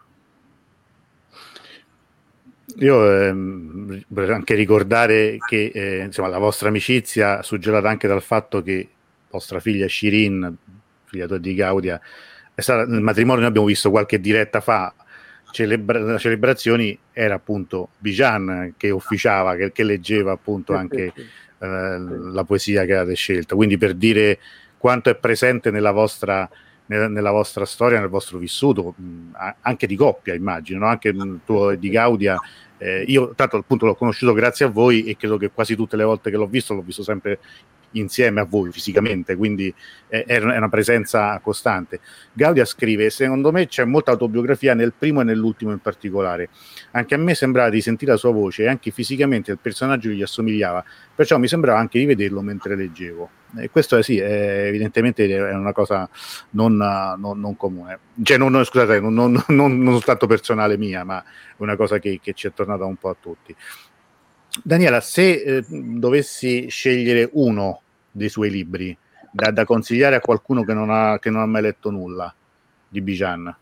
Io ehm, vorrei anche ricordare che eh, insomma, la vostra amicizia suggerita anche dal fatto che vostra figlia Shirin, figlia di Gaudia, è stata nel matrimonio. Noi abbiamo visto qualche diretta fa, celebra- celebrazioni, era appunto Bijan che ufficiava, che, che leggeva appunto anche eh, la poesia che avete scelto, quindi per dire quanto è presente nella vostra nella, nella vostra storia, nel vostro vissuto, mh, anche di coppia, immagino, no? Anche il tuo di Gaudia. Eh, io tanto appunto l'ho conosciuto grazie a voi e credo che quasi tutte le volte che l'ho visto l'ho visto sempre insieme a voi fisicamente, quindi è, è una presenza costante. Gaudia scrive: secondo me c'è molta autobiografia nel primo e nell'ultimo in particolare, anche a me sembrava di sentire la sua voce e anche fisicamente il personaggio gli assomigliava, perciò mi sembrava anche di vederlo mentre leggevo. E questo è sì, è, evidentemente è una cosa non, non, non comune, cioè non, non, scusate, non, non, non, non soltanto personale mia, ma una cosa che, che ci è tornata un po' a tutti. Daniela, se eh, dovessi scegliere uno dei suoi libri da, da consigliare a qualcuno che non ha, che non ha mai letto nulla di Bijan.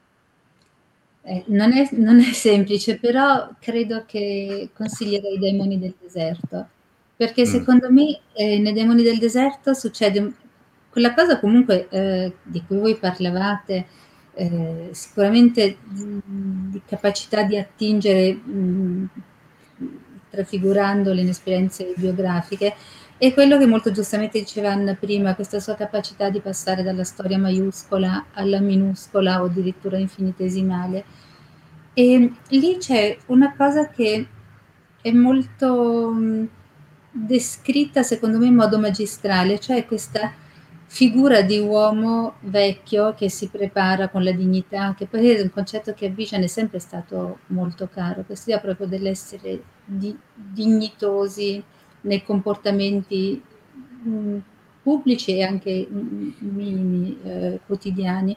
Eh, non, è, non è semplice, però credo che consiglierei I demoni del deserto, perché Mm. secondo me eh, nei demoni del deserto succede quella cosa comunque eh, di cui voi parlavate, eh, sicuramente di, di capacità di attingere mh, trafigurando le esperienze biografiche, e quello che molto giustamente diceva Anna prima, questa sua capacità di passare dalla storia maiuscola alla minuscola o addirittura infinitesimale. E lì c'è una cosa che è molto mh, descritta secondo me in modo magistrale, cioè questa figura di uomo vecchio che si prepara con la dignità, che poi è un concetto che a Bijan è sempre stato molto caro, questa idea proprio dell'essere di, dignitosi nei comportamenti mh, pubblici e anche mh, minimi, eh, quotidiani.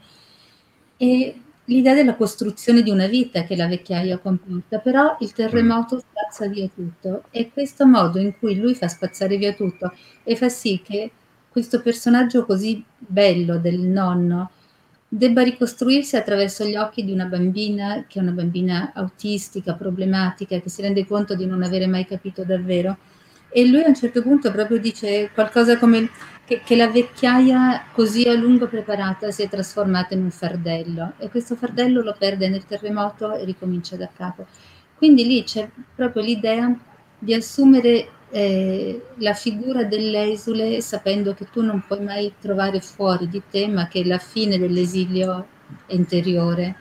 E l'idea della costruzione di una vita che la vecchiaia comporta, però il terremoto spazza via tutto, e questo modo in cui lui fa spazzare via tutto e fa sì che questo personaggio così bello del nonno debba ricostruirsi attraverso gli occhi di una bambina che è una bambina autistica, problematica, che si rende conto di non avere mai capito davvero. E lui a un certo punto proprio dice qualcosa come che, che la vecchiaia così a lungo preparata si è trasformata in un fardello, e questo fardello lo perde nel terremoto e ricomincia da capo. Quindi lì c'è proprio l'idea di assumere eh, la figura dell'esule sapendo che tu non puoi mai trovare fuori di te, ma che è la fine dell'esilio interiore.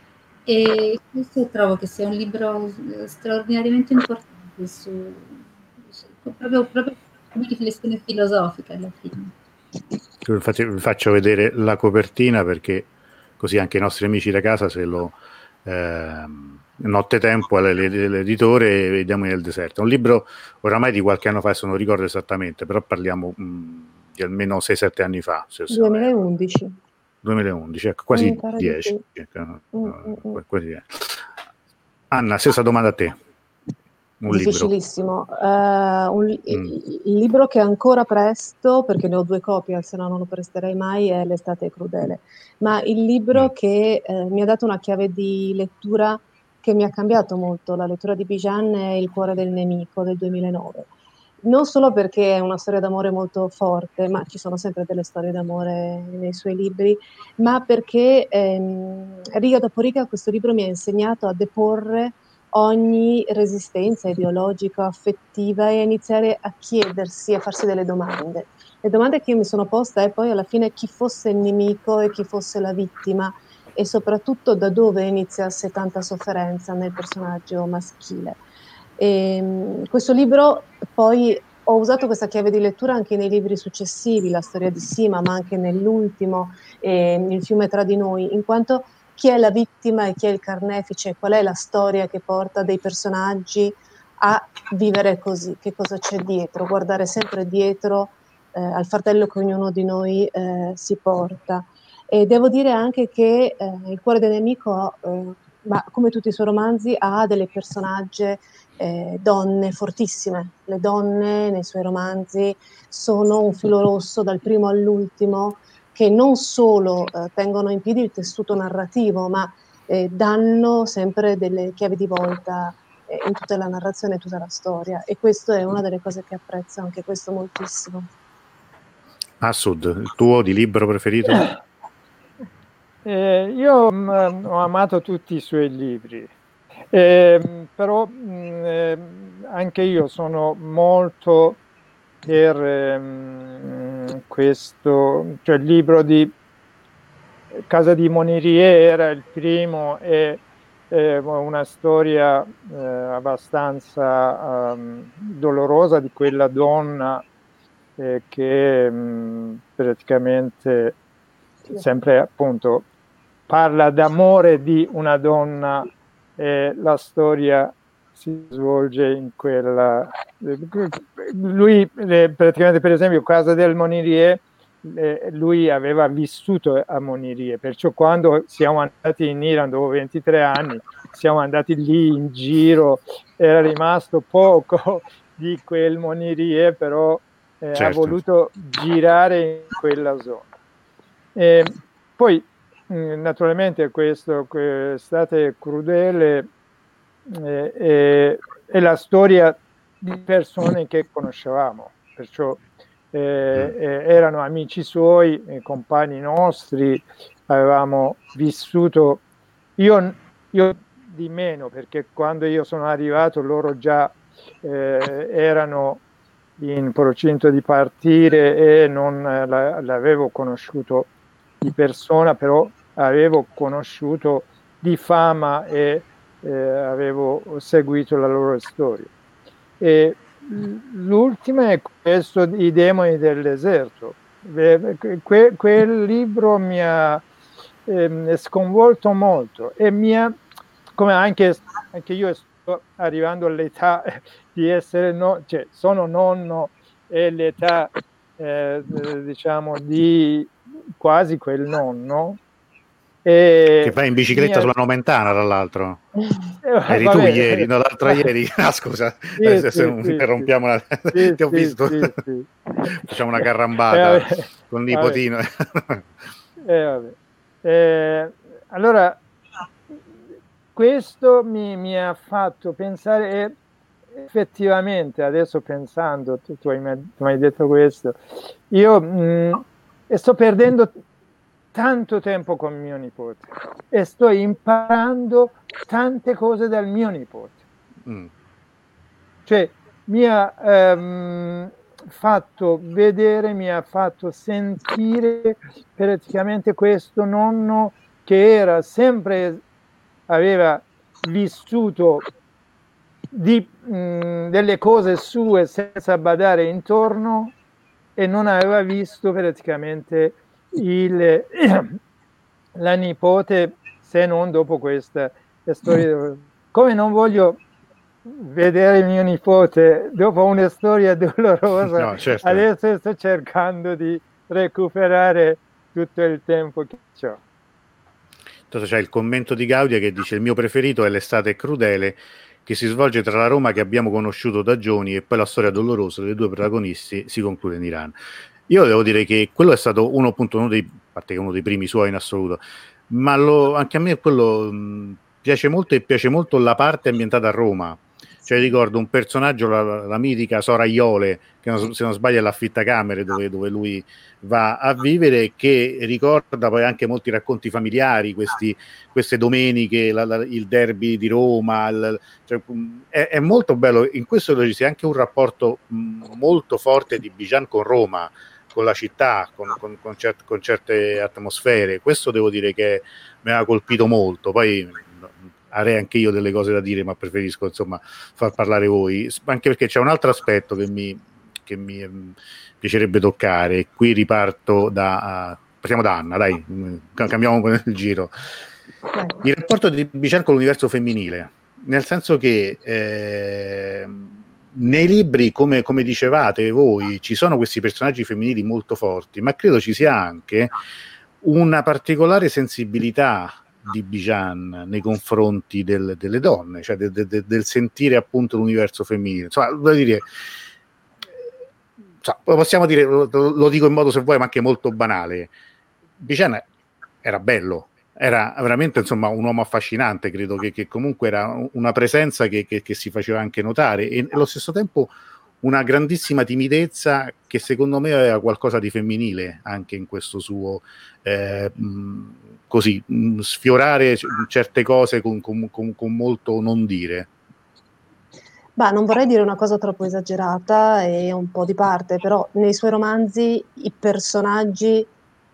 E questo trovo che sia un libro straordinariamente importante su, su proprio, proprio come riflessione filosofica alla fine. Infatti vi faccio vedere la copertina perché così anche i nostri amici da casa se lo ehm, Nottetempo all'editore Vediamo nel deserto. È un libro oramai di qualche anno fa, adesso non ricordo esattamente, però parliamo mh, di almeno sei sette anni fa. duemilaundici. duemilaundici, ecco, quasi Mm, dieci. di Ecco, mm, mm, quasi dieci. Anna, stessa domanda a te. Un Difficilissimo. Uh, un, mm. il libro che ancora presto, perché ne ho due copie, se no non lo presterei mai, è L'estate è crudele. Ma il libro Mm. che eh, mi ha dato una chiave di lettura che mi ha cambiato molto, la lettura di Bijan, è Il cuore del nemico del duemilanove. Non solo perché è una storia d'amore molto forte, ma ci sono sempre delle storie d'amore nei suoi libri, ma perché ehm, riga dopo riga questo libro mi ha insegnato a deporre ogni resistenza ideologica, affettiva, e iniziare a chiedersi, a farsi delle domande. Le domande che io mi sono posta è poi alla fine chi fosse il nemico e chi fosse la vittima, e soprattutto da dove iniziasse tanta sofferenza nel personaggio maschile. E, questo libro poi ho usato questa chiave di lettura anche nei libri successivi, La storia di Sima, ma anche nell'ultimo, eh, Il fiume tra di noi, in quanto chi è la vittima e chi è il carnefice, qual è la storia che porta dei personaggi a vivere così, che cosa c'è dietro, guardare sempre dietro eh, al fardello che ognuno di noi eh, si porta. E devo dire anche che eh, Il cuore del nemico eh, ma come tutti i suoi romanzi ha delle personaggi eh, donne fortissime. Le donne nei suoi romanzi sono un filo rosso dal primo all'ultimo, che non solo eh, tengono in piedi il tessuto narrativo, ma eh, danno sempre delle chiavi di volta eh, in tutta la narrazione, in tutta la storia, e questo è una delle cose che apprezzo anche questo moltissimo. Assud, il tuo di libro preferito? Eh, io mh, ho amato tutti i suoi libri, eh, però mh, eh, anche io sono molto per ehm, questo, cioè il libro di Casa di Monirie era il primo, e eh, una storia eh, abbastanza um, dolorosa di quella donna eh, che mh, praticamente sempre appunto parla d'amore di una donna, e la storia si svolge in quella. Lui praticamente, per esempio, Casa del Monirie, eh, lui aveva vissuto a Monirie, perciò quando siamo andati in Iran dopo ventitré anni, siamo andati lì in giro, era rimasto poco di quel Monirie, però eh, certo. ha voluto girare in quella zona. E poi naturalmente questo Estate crudele eh, eh, è la storia di persone che conoscevamo, perciò eh, eh, erano amici suoi, eh, compagni nostri, avevamo vissuto, io, io di meno, perché quando io sono arrivato loro già eh, erano in procinto di partire e non la, l'avevo conosciuto di persona, però avevo conosciuto di fama e eh, avevo seguito la loro storia. E l'ultima è questo, I demoni del deserto. Que, quel libro mi ha eh, sconvolto molto, e mi ha, come anche, anche io sto arrivando all'età di essere, no, cioè sono nonno, e l'età eh, diciamo di quasi quel nonno, e che vai in bicicletta ha... sulla Nomentana, tra l'altro. Eh, eri vabbè. tu ieri, no, l'altro ieri. Ah, scusa, sì, se, sì, se non sì, interrompiamo sì. la... Sì, ti ho sì, visto sì, sì. facciamo una carrambata eh, con il nipotino. eh, vabbè. Eh, allora questo mi, mi ha fatto pensare, e effettivamente adesso pensando, tu, tu, hai, tu hai detto questo, io mh, sto perdendo tanto tempo con mio nipote e sto imparando tante cose dal mio nipote. Mm. Cioè mi ha ehm, fatto vedere, mi ha fatto sentire praticamente questo nonno che era sempre, aveva vissuto di, mh, delle cose sue senza badare intorno, e non aveva visto praticamente il, la nipote se non dopo questa storia. Come non voglio vedere il mio nipote dopo una storia dolorosa, no, certo. Adesso sto cercando di recuperare tutto il tempo che ho. C'è il commento di Gaudia che dice: il mio preferito è L'estate crudele, che si svolge tra la Roma che abbiamo conosciuto da giovani e poi la storia dolorosa dei due protagonisti si conclude in Iran. Io devo dire che quello è stato uno, appunto, uno dei, a parte che uno dei primi suoi in assoluto, ma lo, anche a me quello mh, piace molto, e piace molto la parte ambientata a Roma. Cioè ricordo un personaggio, la, la mitica Sora Iole, che non, se non sbaglio è l'affittacamere dove, dove lui va a vivere, che ricorda poi anche molti racconti familiari, questi, queste domeniche, la, la, il derby di Roma, il, cioè, è, è molto bello. In questo ci sia anche un rapporto mh, molto forte di Bijan con Roma, con la città, con, con, con, cert, con certe atmosfere. Questo devo dire che mi ha colpito molto. Poi avrei anche io delle cose da dire, ma preferisco insomma far parlare voi, anche perché c'è un altro aspetto che mi, che mi um, piacerebbe toccare. Qui riparto da uh, partiamo da Anna, dai, cambiamo il giro. Il rapporto di Bijan con l'universo femminile, nel senso che eh, nei libri, come, come dicevate voi, ci sono questi personaggi femminili molto forti, ma credo ci sia anche una particolare sensibilità di Bijan nei confronti del, delle donne, cioè de, de, de, del sentire appunto l'universo femminile. Insomma, voglio dire, insomma, possiamo dire, lo, lo dico in modo, se vuoi, ma anche molto banale, Bijan era bello, era veramente, insomma, un uomo affascinante, credo che, che comunque era una presenza che, che, che si faceva anche notare, e allo stesso tempo una grandissima timidezza che secondo me aveva qualcosa di femminile anche in questo suo eh, mh, così mh, sfiorare certe cose con, con, con, con molto non dire. Bah, non vorrei dire una cosa troppo esagerata e un po' di parte, però nei suoi romanzi i personaggi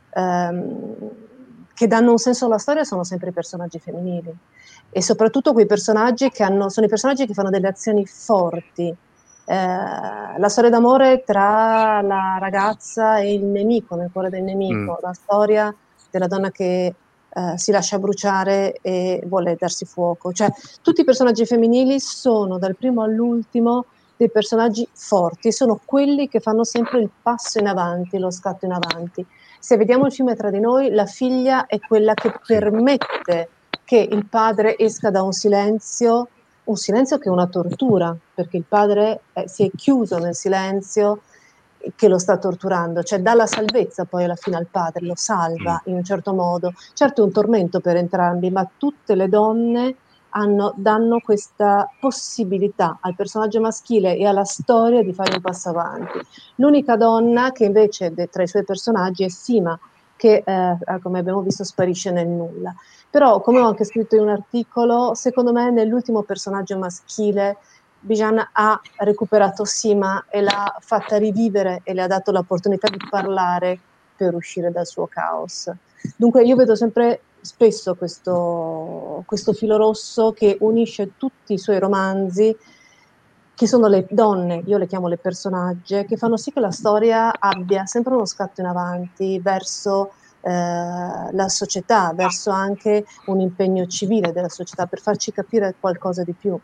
ehm, che danno un senso alla storia sono sempre i personaggi femminili, e soprattutto quei personaggi che hanno, sono i personaggi che fanno delle azioni forti. Eh, la storia d'amore tra la ragazza e il nemico, nel cuore del nemico, mm. la storia della donna che eh, si lascia bruciare e vuole darsi fuoco, cioè tutti i personaggi femminili sono dal primo all'ultimo dei personaggi forti, sono quelli che fanno sempre il passo in avanti, lo scatto in avanti. Se vediamo il film Tra di noi, la figlia è quella che permette che il padre esca da un silenzio, un silenzio che è una tortura, perché il padre eh, si è chiuso nel silenzio che lo sta torturando, cioè dà la salvezza poi alla fine al padre, lo salva in un certo modo. Certo è un tormento per entrambi, ma tutte le donne hanno, danno questa possibilità al personaggio maschile e alla storia di fare un passo avanti. L'unica donna che invece de, tra i suoi personaggi è Sima, che eh, come abbiamo visto sparisce nel nulla. Però, come ho anche scritto in un articolo, secondo me nell'ultimo personaggio maschile Bijan ha recuperato Sima e l'ha fatta rivivere e le ha dato l'opportunità di parlare per uscire dal suo caos. Dunque io vedo sempre spesso questo, questo filo rosso che unisce tutti i suoi romanzi, che sono le donne, io le chiamo le personaggi, che fanno sì che la storia abbia sempre uno scatto in avanti verso eh, la società, verso anche un impegno civile della società per farci capire qualcosa di più.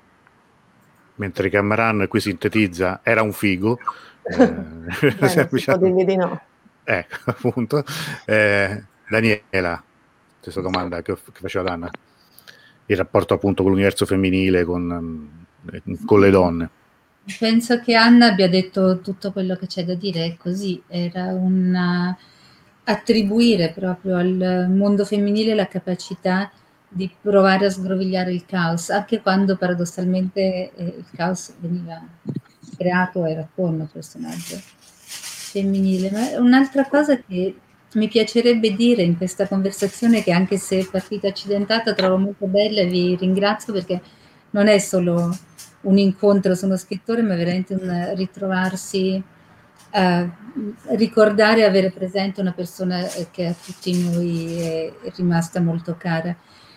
Mentre Cameron qui sintetizza, era un figo. Eh, Bene, si può dirgli di no. Ecco, appunto. Eh, Daniela, stessa domanda che, che faceva Danna. Il rapporto appunto con l'universo femminile, con, con le donne. Penso che Anna abbia detto tutto quello che c'è da dire, è così, era un attribuire proprio al mondo femminile la capacità di provare a sgrovigliare il caos, anche quando paradossalmente eh, il caos veniva creato era con un personaggio femminile. Ma un'altra cosa che mi piacerebbe dire in questa conversazione, che anche se è partita accidentata trovo molto bella e vi ringrazio, perché non è solo un incontro su uno scrittore, ma veramente un ritrovarsi a ricordare e avere presente una persona che a tutti noi è, è rimasta molto cara.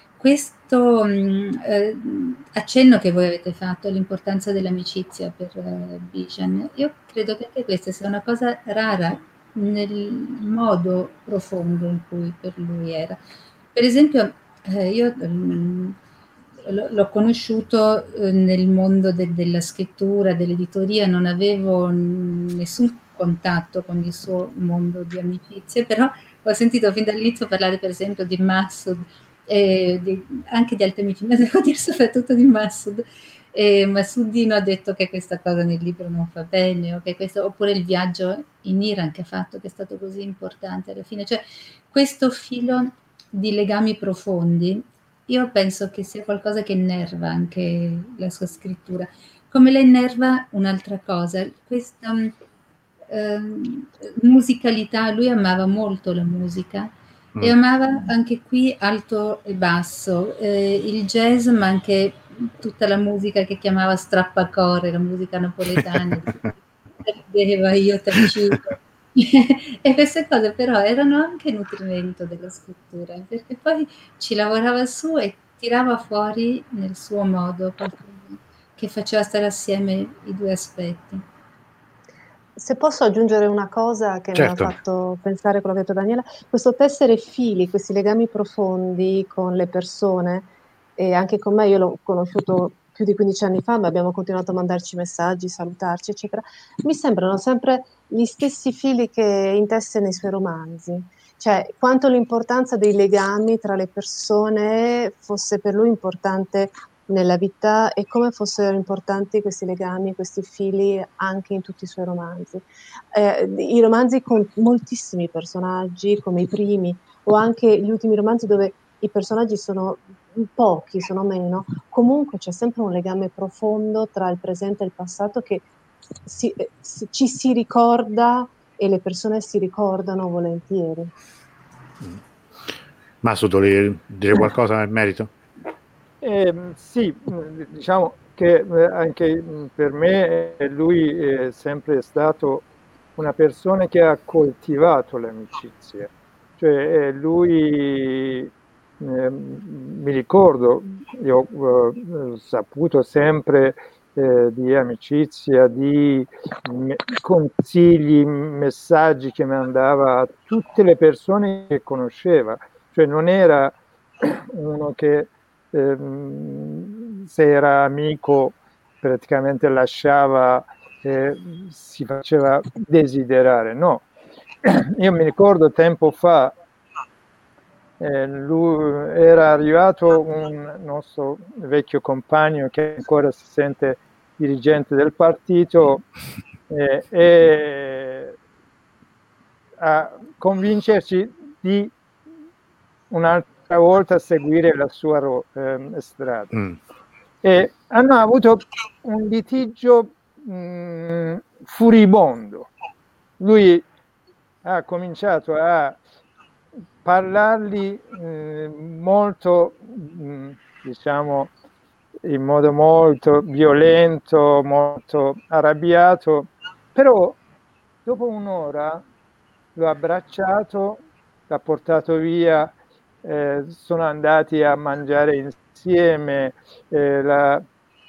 Questo mh, eh, accenno che voi avete fatto all'importanza dell'amicizia per uh, Bijan, io credo che anche questa sia una cosa rara nel modo profondo in cui per lui era. Per esempio, eh, io mh, l'ho conosciuto eh, nel mondo de- della scrittura, dell'editoria, non avevo nessun contatto con il suo mondo di amicizie, però ho sentito fin dall'inizio parlare per esempio di Massoud, eh, di, anche di altri amici, ma devo dire soprattutto di Massoud. E Massoudino ha detto che questa cosa nel libro non fa bene, o che questo, oppure il viaggio in Iran che ha fatto, che è stato così importante alla fine. Cioè, questo filo di legami profondi, io penso che sia qualcosa che innerva anche la sua scrittura. Come la innerva un'altra cosa, questa um, musicalità, lui amava molto la musica mm. e amava anche qui alto e basso, eh, il jazz, ma anche tutta la musica che chiamava strappacore, la musica napoletana, vedeva io tancito. E queste cose però erano anche nutrimento della scrittura, perché poi ci lavorava su e tirava fuori nel suo modo che faceva stare assieme i due aspetti. Se posso aggiungere una cosa che certo. mi ha fatto pensare quello che ha detto Daniela, questo tessere fili, questi legami profondi con le persone, e anche con me, io l'ho conosciuto più di quindici anni fa, ma abbiamo continuato a mandarci messaggi, salutarci, eccetera, mi sembrano sempre gli stessi fili che intesse nei suoi romanzi, cioè quanto l'importanza dei legami tra le persone fosse per lui importante nella vita e come fossero importanti questi legami, questi fili anche in tutti i suoi romanzi. Eh, I romanzi con moltissimi personaggi, come i primi, o anche gli ultimi romanzi dove i personaggi sono pochi, sono meno, comunque c'è sempre un legame profondo tra il presente e il passato che si, si, ci si ricorda e le persone si ricordano volentieri. Maso, dovevi dire qualcosa nel merito? Eh, sì, diciamo che anche per me lui è sempre stato una persona che ha coltivato l'amicizia, cioè lui eh, mi ricordo, io ho eh, saputo sempre eh, di amicizia, di me- consigli, messaggi che mandava a tutte le persone che conosceva, cioè non era uno che ehm, se era amico praticamente lasciava, eh, si faceva desiderare, no. Io mi ricordo tempo fa, eh, lui, era arrivato un nostro vecchio compagno che ancora si sente dirigente del partito eh, e a convincerci di un'altra volta a seguire la sua ro- eh, strada. Mm. E hanno avuto un litigio mh, furibondo. Lui ha cominciato a parlargli mh, molto, mh, diciamo, in modo molto violento, molto arrabbiato, però dopo un'ora l'ho abbracciato, l'ha portato via, eh, sono andati a mangiare insieme, eh, la...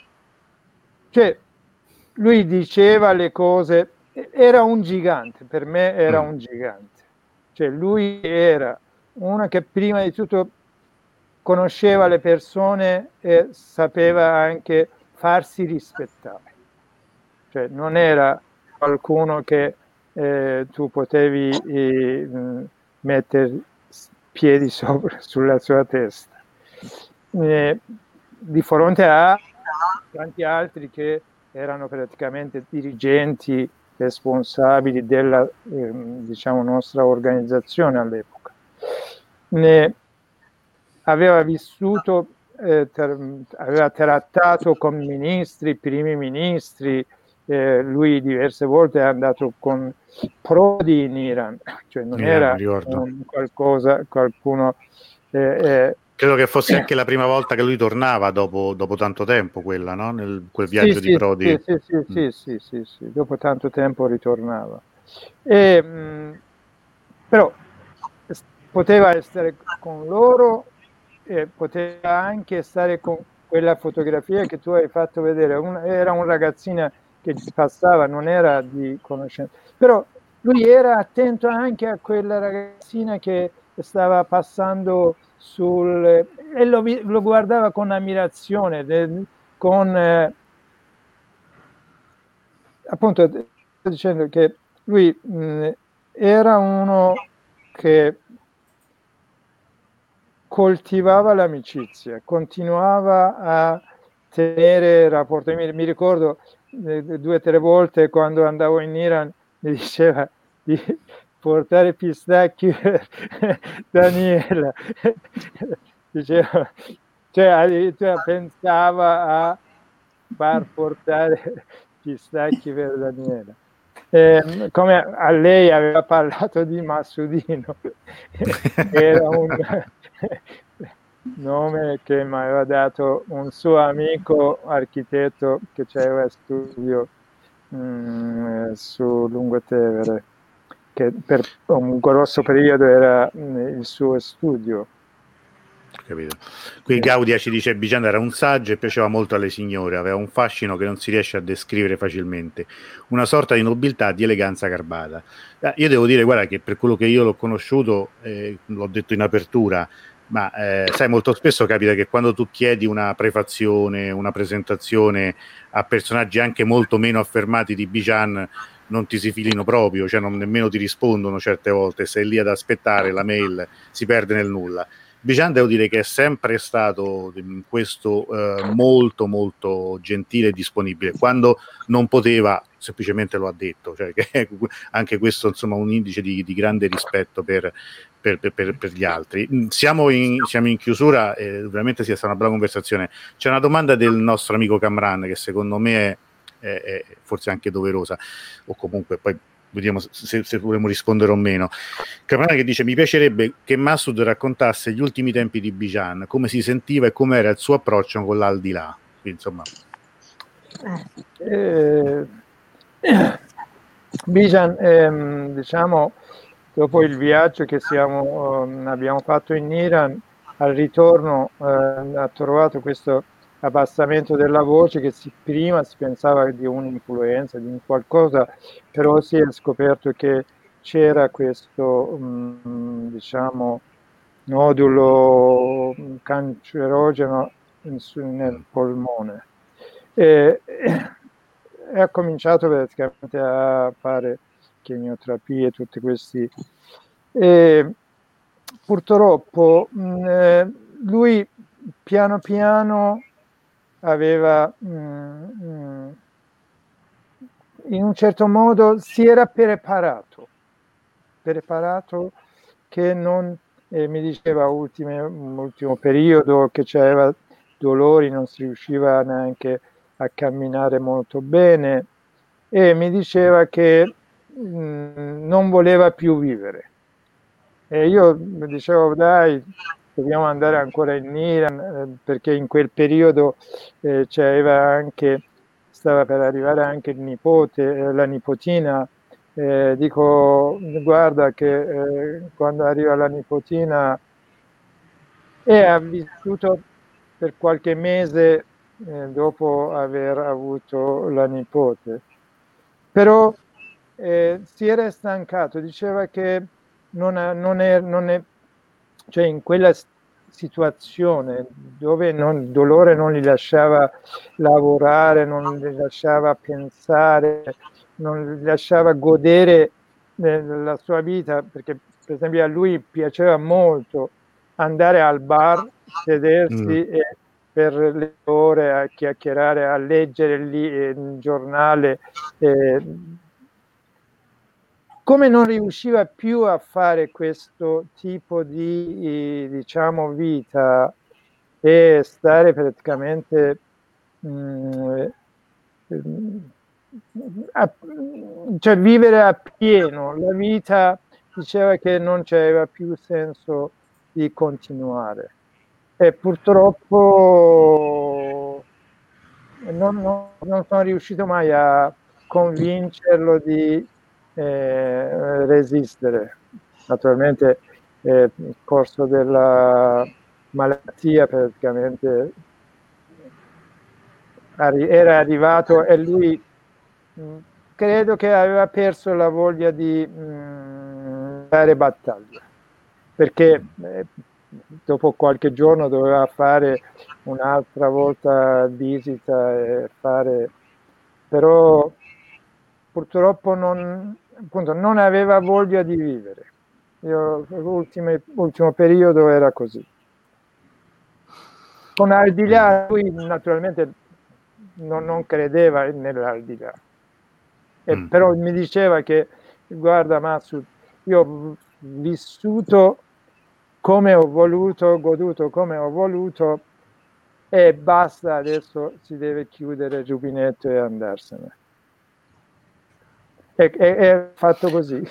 cioè lui diceva le cose, era un gigante, per me era un gigante, cioè lui era uno che prima di tutto conosceva le persone e sapeva anche farsi rispettare, cioè non era qualcuno che eh, tu potevi eh, mettere piedi sopra sulla sua testa, eh, di fronte a tanti altri che erano praticamente dirigenti responsabili della eh, diciamo nostra organizzazione all'epoca. Ne aveva vissuto, eh, ter, aveva trattato con ministri, primi ministri, eh, lui diverse volte è andato con Prodi in Iran, cioè non yeah, era un qualcosa, qualcuno... Eh, eh, Credo che fosse anche la prima volta che lui tornava dopo, dopo tanto tempo, quella, no? Nel quel viaggio sì, di Prodi. Sì, sì, sì, mm. sì, sì, sì, sì, dopo tanto tempo ritornava. E, mh, però poteva essere con loro e poteva anche stare con quella fotografia che tu hai fatto vedere. Un, era un ragazzino che passava, non era di conoscenza. Però lui era attento anche a quella ragazzina che stava passando sul e lo, lo guardava con ammirazione, con eh, appunto sto dicendo che lui mh, era uno che coltivava l'amicizia, continuava a tenere rapporti. Mi, mi ricordo eh, due o tre volte quando andavo in Iran mi diceva di portare pistacchi per Daniela. Diceva, cioè addirittura pensava a far portare pistacchi per Daniela. Eh, come a lei aveva parlato di Massudino, era un nome che mi aveva dato un suo amico architetto che aveva studio mh, su Lungotevere, che per un grosso periodo era mh, il suo studio. Capito. Qui Gaudia ci dice: Bigianda era un saggio e piaceva molto alle signore, aveva un fascino che non si riesce a descrivere facilmente, una sorta di nobiltà, di eleganza garbata. Eh, io devo dire, guarda, che per quello che io l'ho conosciuto, eh, l'ho detto in apertura, ma eh, sai, molto spesso capita che quando tu chiedi una prefazione, una presentazione a personaggi anche molto meno affermati di Bijan, non ti si filino proprio, cioè non nemmeno ti rispondono certe volte, sei lì ad aspettare, la mail si perde nel nulla. Bijan devo dire che è sempre stato in questo eh, molto molto gentile e disponibile. Quando non poteva, semplicemente lo ha detto, cioè che anche questo insomma un indice di, di grande rispetto per, per, per, per gli altri. Siamo in, siamo in chiusura e veramente sia stata una bella conversazione. C'è una domanda del nostro amico Camran che secondo me è, è, è forse anche doverosa, o comunque poi vediamo se, se vorremmo rispondere o meno. Camran che dice: mi piacerebbe che Massoud raccontasse gli ultimi tempi di Bijan, come si sentiva e com'era il suo approccio con l'aldilà. Quindi, insomma, eh, Bijan, ehm, diciamo, dopo il viaggio che siamo, um, abbiamo fatto in Iran, al ritorno eh, ha trovato questo abbassamento della voce che si, prima si pensava di un'influenza, di un qualcosa, però si è scoperto che c'era questo, um, diciamo, nodulo cancerogeno in, nel polmone. E, e ha cominciato praticamente a fare chemioterapie, tutti questi. E purtroppo mh, lui piano piano aveva mh, in un certo modo si era preparato, preparato che non, eh, mi diceva ultime, ultimo periodo che c'aveva dolori, non si riusciva neanche a camminare molto bene e mi diceva che mh, non voleva più vivere. E io mi dicevo dai, dobbiamo andare ancora in Iran eh, perché in quel periodo eh, c'aveva anche, stava per arrivare anche il nipote, eh, la nipotina. Eh, dico guarda che eh, quando arriva la nipotina e ha vissuto per qualche mese eh, dopo aver avuto la nipote, però eh, si era stancato, diceva che non, ha, non, è, non è, cioè in quella situazione dove non, il dolore non li lasciava lavorare, non li lasciava pensare, non li lasciava godere della sua vita, perché per esempio a lui piaceva molto andare al bar, sedersi mm. e per le ore a chiacchierare, a leggere lì il giornale. Eh, come non riusciva più a fare questo tipo di, diciamo, vita e stare praticamente mh, a, cioè vivere appieno la vita, diceva che non c'aveva più senso di continuare e purtroppo non, non, non sono riuscito mai a convincerlo di eh, resistere. Naturalmente eh, nel corso della malattia praticamente era arrivato e lui mh, credo che aveva perso la voglia di mh, dare battaglia, perché eh, dopo qualche giorno doveva fare un'altra volta visita e fare, però purtroppo non, appunto, non aveva voglia di vivere. Io, l'ultimo periodo era così. Con Aldilà lui naturalmente non, non credeva nell'Aldilà, e mm. però mi diceva che guarda Massoud, io ho vissuto come ho voluto, goduto come ho voluto e basta, adesso si deve chiudere il rubinetto e andarsene. E, e, è fatto così.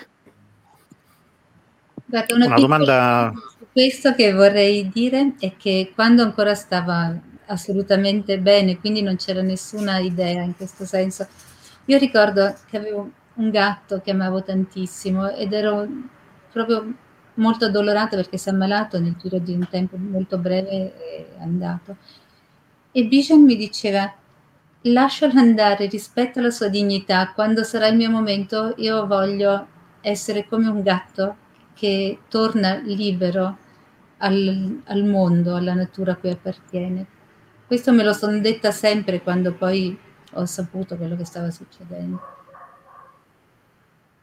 Guarda, una, una domanda su questo che vorrei dire è che quando ancora stava assolutamente bene, quindi non c'era nessuna idea in questo senso, io ricordo che avevo un gatto che amavo tantissimo ed ero proprio molto addolorata perché si è ammalato nel giro di un tempo molto breve, è andato. E Bijan mi diceva: lascialo andare, rispetta la sua dignità, quando sarà il mio momento io voglio essere come un gatto che torna libero al, al mondo, alla natura a cui appartiene. Questo me lo sono detta sempre quando poi ho saputo quello che stava succedendo.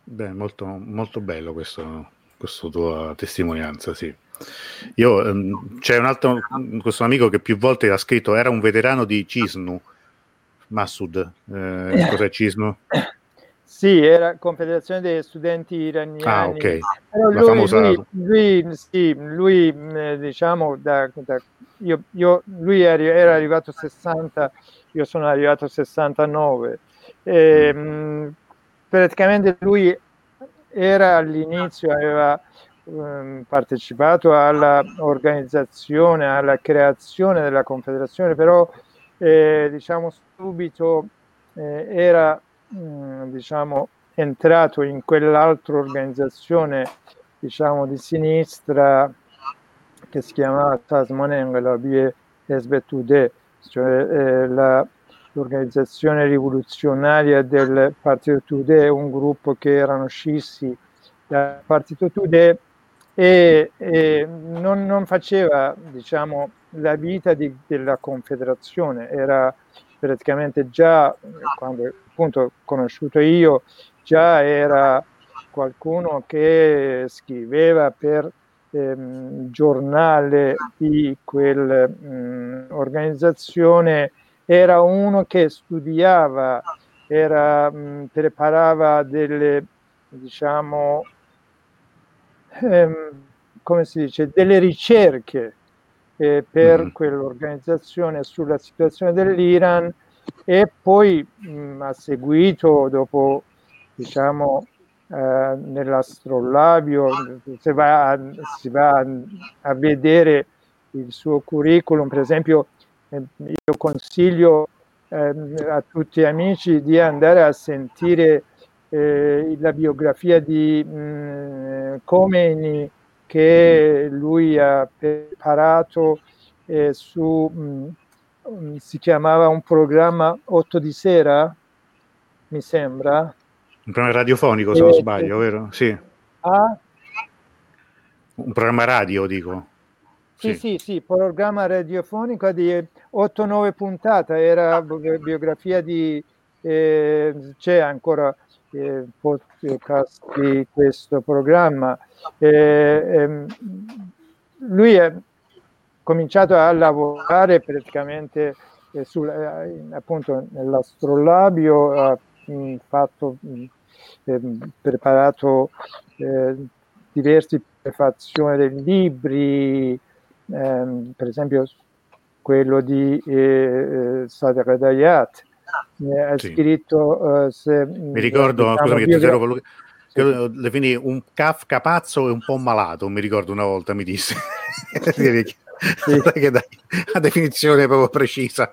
Beh, molto, molto bello questo, questa tua testimonianza, sì. Io, ehm, c'è un altro, questo amico che più volte ha scritto, era un veterano di Cisnu, Massoud, eh, cos'è Cisnu? Sì, era Confederazione degli Studenti Iraniani. Ah, ok. Però La lui, famosa... lui, lui, sì, lui eh, diciamo, da, da, io, io, lui era arrivato a sessanta, io sono arrivato a sessantanove. E, mm. mh, praticamente lui era all'inizio, aveva um, partecipato alla organizzazione, alla creazione della Confederazione, però eh, diciamo subito eh, era mh, diciamo entrato in quell'altra organizzazione diciamo di sinistra che si chiamava Tasmaneng, la B S B T D, cioè eh, la, l'organizzazione rivoluzionaria del Partito Tudeh, un gruppo che erano scissi dal Partito Tudeh e, e non, non faceva diciamo la vita di, della Confederazione, era praticamente già quando appunto ho conosciuto io già era qualcuno che scriveva per ehm, giornale di quell'organizzazione, era uno che studiava, era, mh, preparava delle diciamo ehm, come si dice, delle ricerche eh, per mm-hmm. quell'organizzazione sulla situazione dell'Iran e poi mh, ha seguito dopo diciamo eh, nell'astrolabio, se va a, si va a, a vedere il suo curriculum, per esempio eh, io consiglio eh, a tutti gli amici di andare a sentire eh, la biografia di mh, Khomeini che lui ha preparato eh, su mh, si chiamava un programma otto di sera, mi sembra. Un programma radiofonico, se non sbaglio, vero? Sì. Ah? Un programma radio, dico. Sì, sì, sì, sì, programma radiofonico di otto nove puntate, era biografia di... Eh, c'è ancora eh, podcast di questo programma. Eh, ehm, lui ha cominciato a lavorare praticamente eh, sul, eh, appunto nell'astrolabio, ha mh, fatto, mh, eh, preparato eh, diverse prefazioni dei libri, eh, per esempio quello di eh, Sadr Dayat. Eh, ha sì. scritto eh, se, mi ricordo, diciamo, scusami che ti interrompo, sì. Le finì un Kafka pazzo e un po' malato, mi ricordo una volta mi disse. Sì. Che dai, la definizione proprio precisa.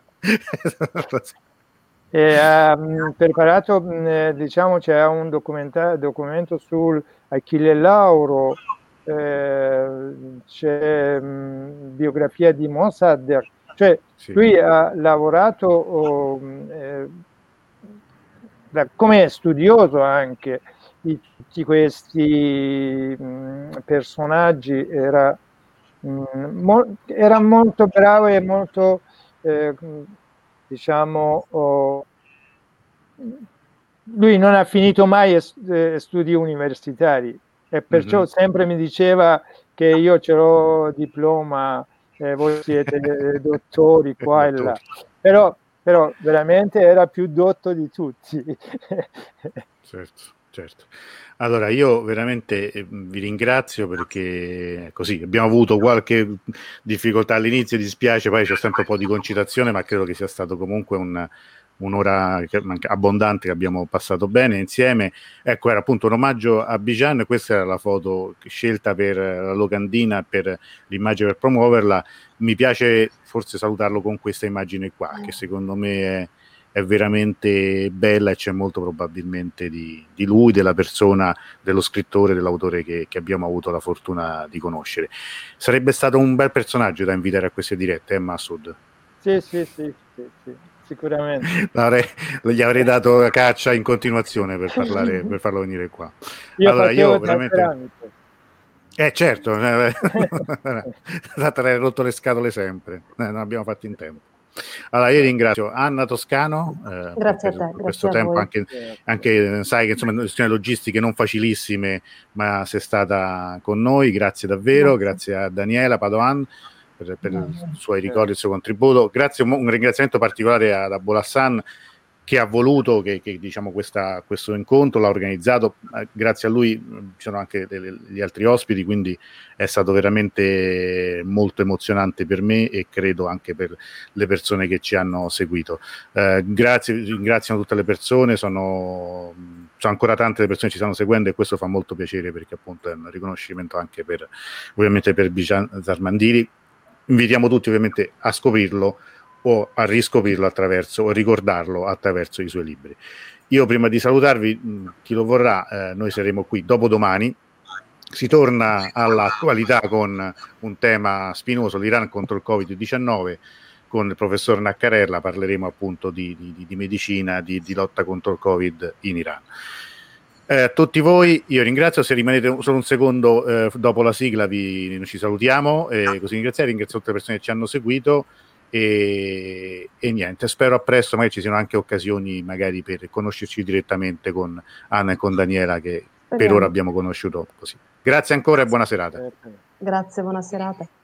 E ha preparato, mh, diciamo, c'è un documento sul Achille Lauro, eh, c'è mh, biografia di Mossadegh, cioè sì. Lui ha lavorato oh, eh, da, come studioso anche di tutti questi mh, personaggi, era, mh, mo- era molto bravo e molto eh, diciamo oh, lui non ha finito mai eh, studi universitari e perciò mm-hmm. sempre mi diceva che io ce l'ho diploma, eh, voi siete dottori qua e là, però, però veramente era più dotto di tutti. Certo, certo. Allora io veramente eh, vi ringrazio perché così abbiamo avuto qualche difficoltà all'inizio, dispiace, poi c'è sempre un po' di concitazione, ma credo che sia stato comunque un, un'ora abbondante che abbiamo passato bene insieme. Ecco, era appunto un omaggio a Bijan, questa era la foto scelta per la locandina, per l'immagine per promuoverla. Mi piace forse salutarlo con questa immagine qua, che secondo me è è veramente bella e c'è molto probabilmente di, di lui, della persona, dello scrittore, dell'autore che, che abbiamo avuto la fortuna di conoscere. Sarebbe stato un bel personaggio da invitare a queste dirette, eh, Massoud? Sì, sì, sì, sì, sì, sicuramente. L'avrei, gli avrei dato la caccia in continuazione per parlare, per farlo venire qua. Io allora, io veramente... Tramite. Eh certo, eh, avrei rotto le scatole sempre, eh, non abbiamo fatto in tempo. Allora io ringrazio Anna Toscano eh, grazie per, a te, per questo grazie a tempo, voi. anche, anche sai che insomma questioni logistiche non facilissime, ma sei stata con noi, grazie davvero, grazie, grazie a Daniela Padoan per, per i suoi ricordi e il suo contributo, grazie, un ringraziamento particolare ad Abulassan che ha voluto che, che diciamo questa, questo incontro, l'ha organizzato, eh, grazie a lui ci sono anche delle, gli altri ospiti, quindi è stato veramente molto emozionante per me e credo anche per le persone che ci hanno seguito. Eh, grazie, ringraziano tutte le persone, sono, sono ancora tante le persone che ci stanno seguendo e questo fa molto piacere perché appunto è un riconoscimento anche per ovviamente per Bijan Zarmandini. Invitiamo tutti ovviamente a scoprirlo o a riscoprirlo attraverso o ricordarlo attraverso i suoi libri. Io prima di salutarvi, chi lo vorrà, eh, noi saremo qui dopodomani, si torna all'attualità con un tema spinoso, l'Iran contro il covid diciannove, con il professor Naccarella parleremo appunto di, di, di medicina, di, di lotta contro il Covid in Iran. Eh, a tutti voi io ringrazio, se rimanete solo un secondo eh, dopo la sigla vi, ci salutiamo, eh, così ringraziare, ringrazio tutte le persone che ci hanno seguito. E, e niente, spero a presto, magari ci siano anche occasioni magari per conoscerci direttamente con Anna e con Daniela che Speriamo. per ora abbiamo conosciuto così. Grazie ancora e buona serata. Grazie, buona serata.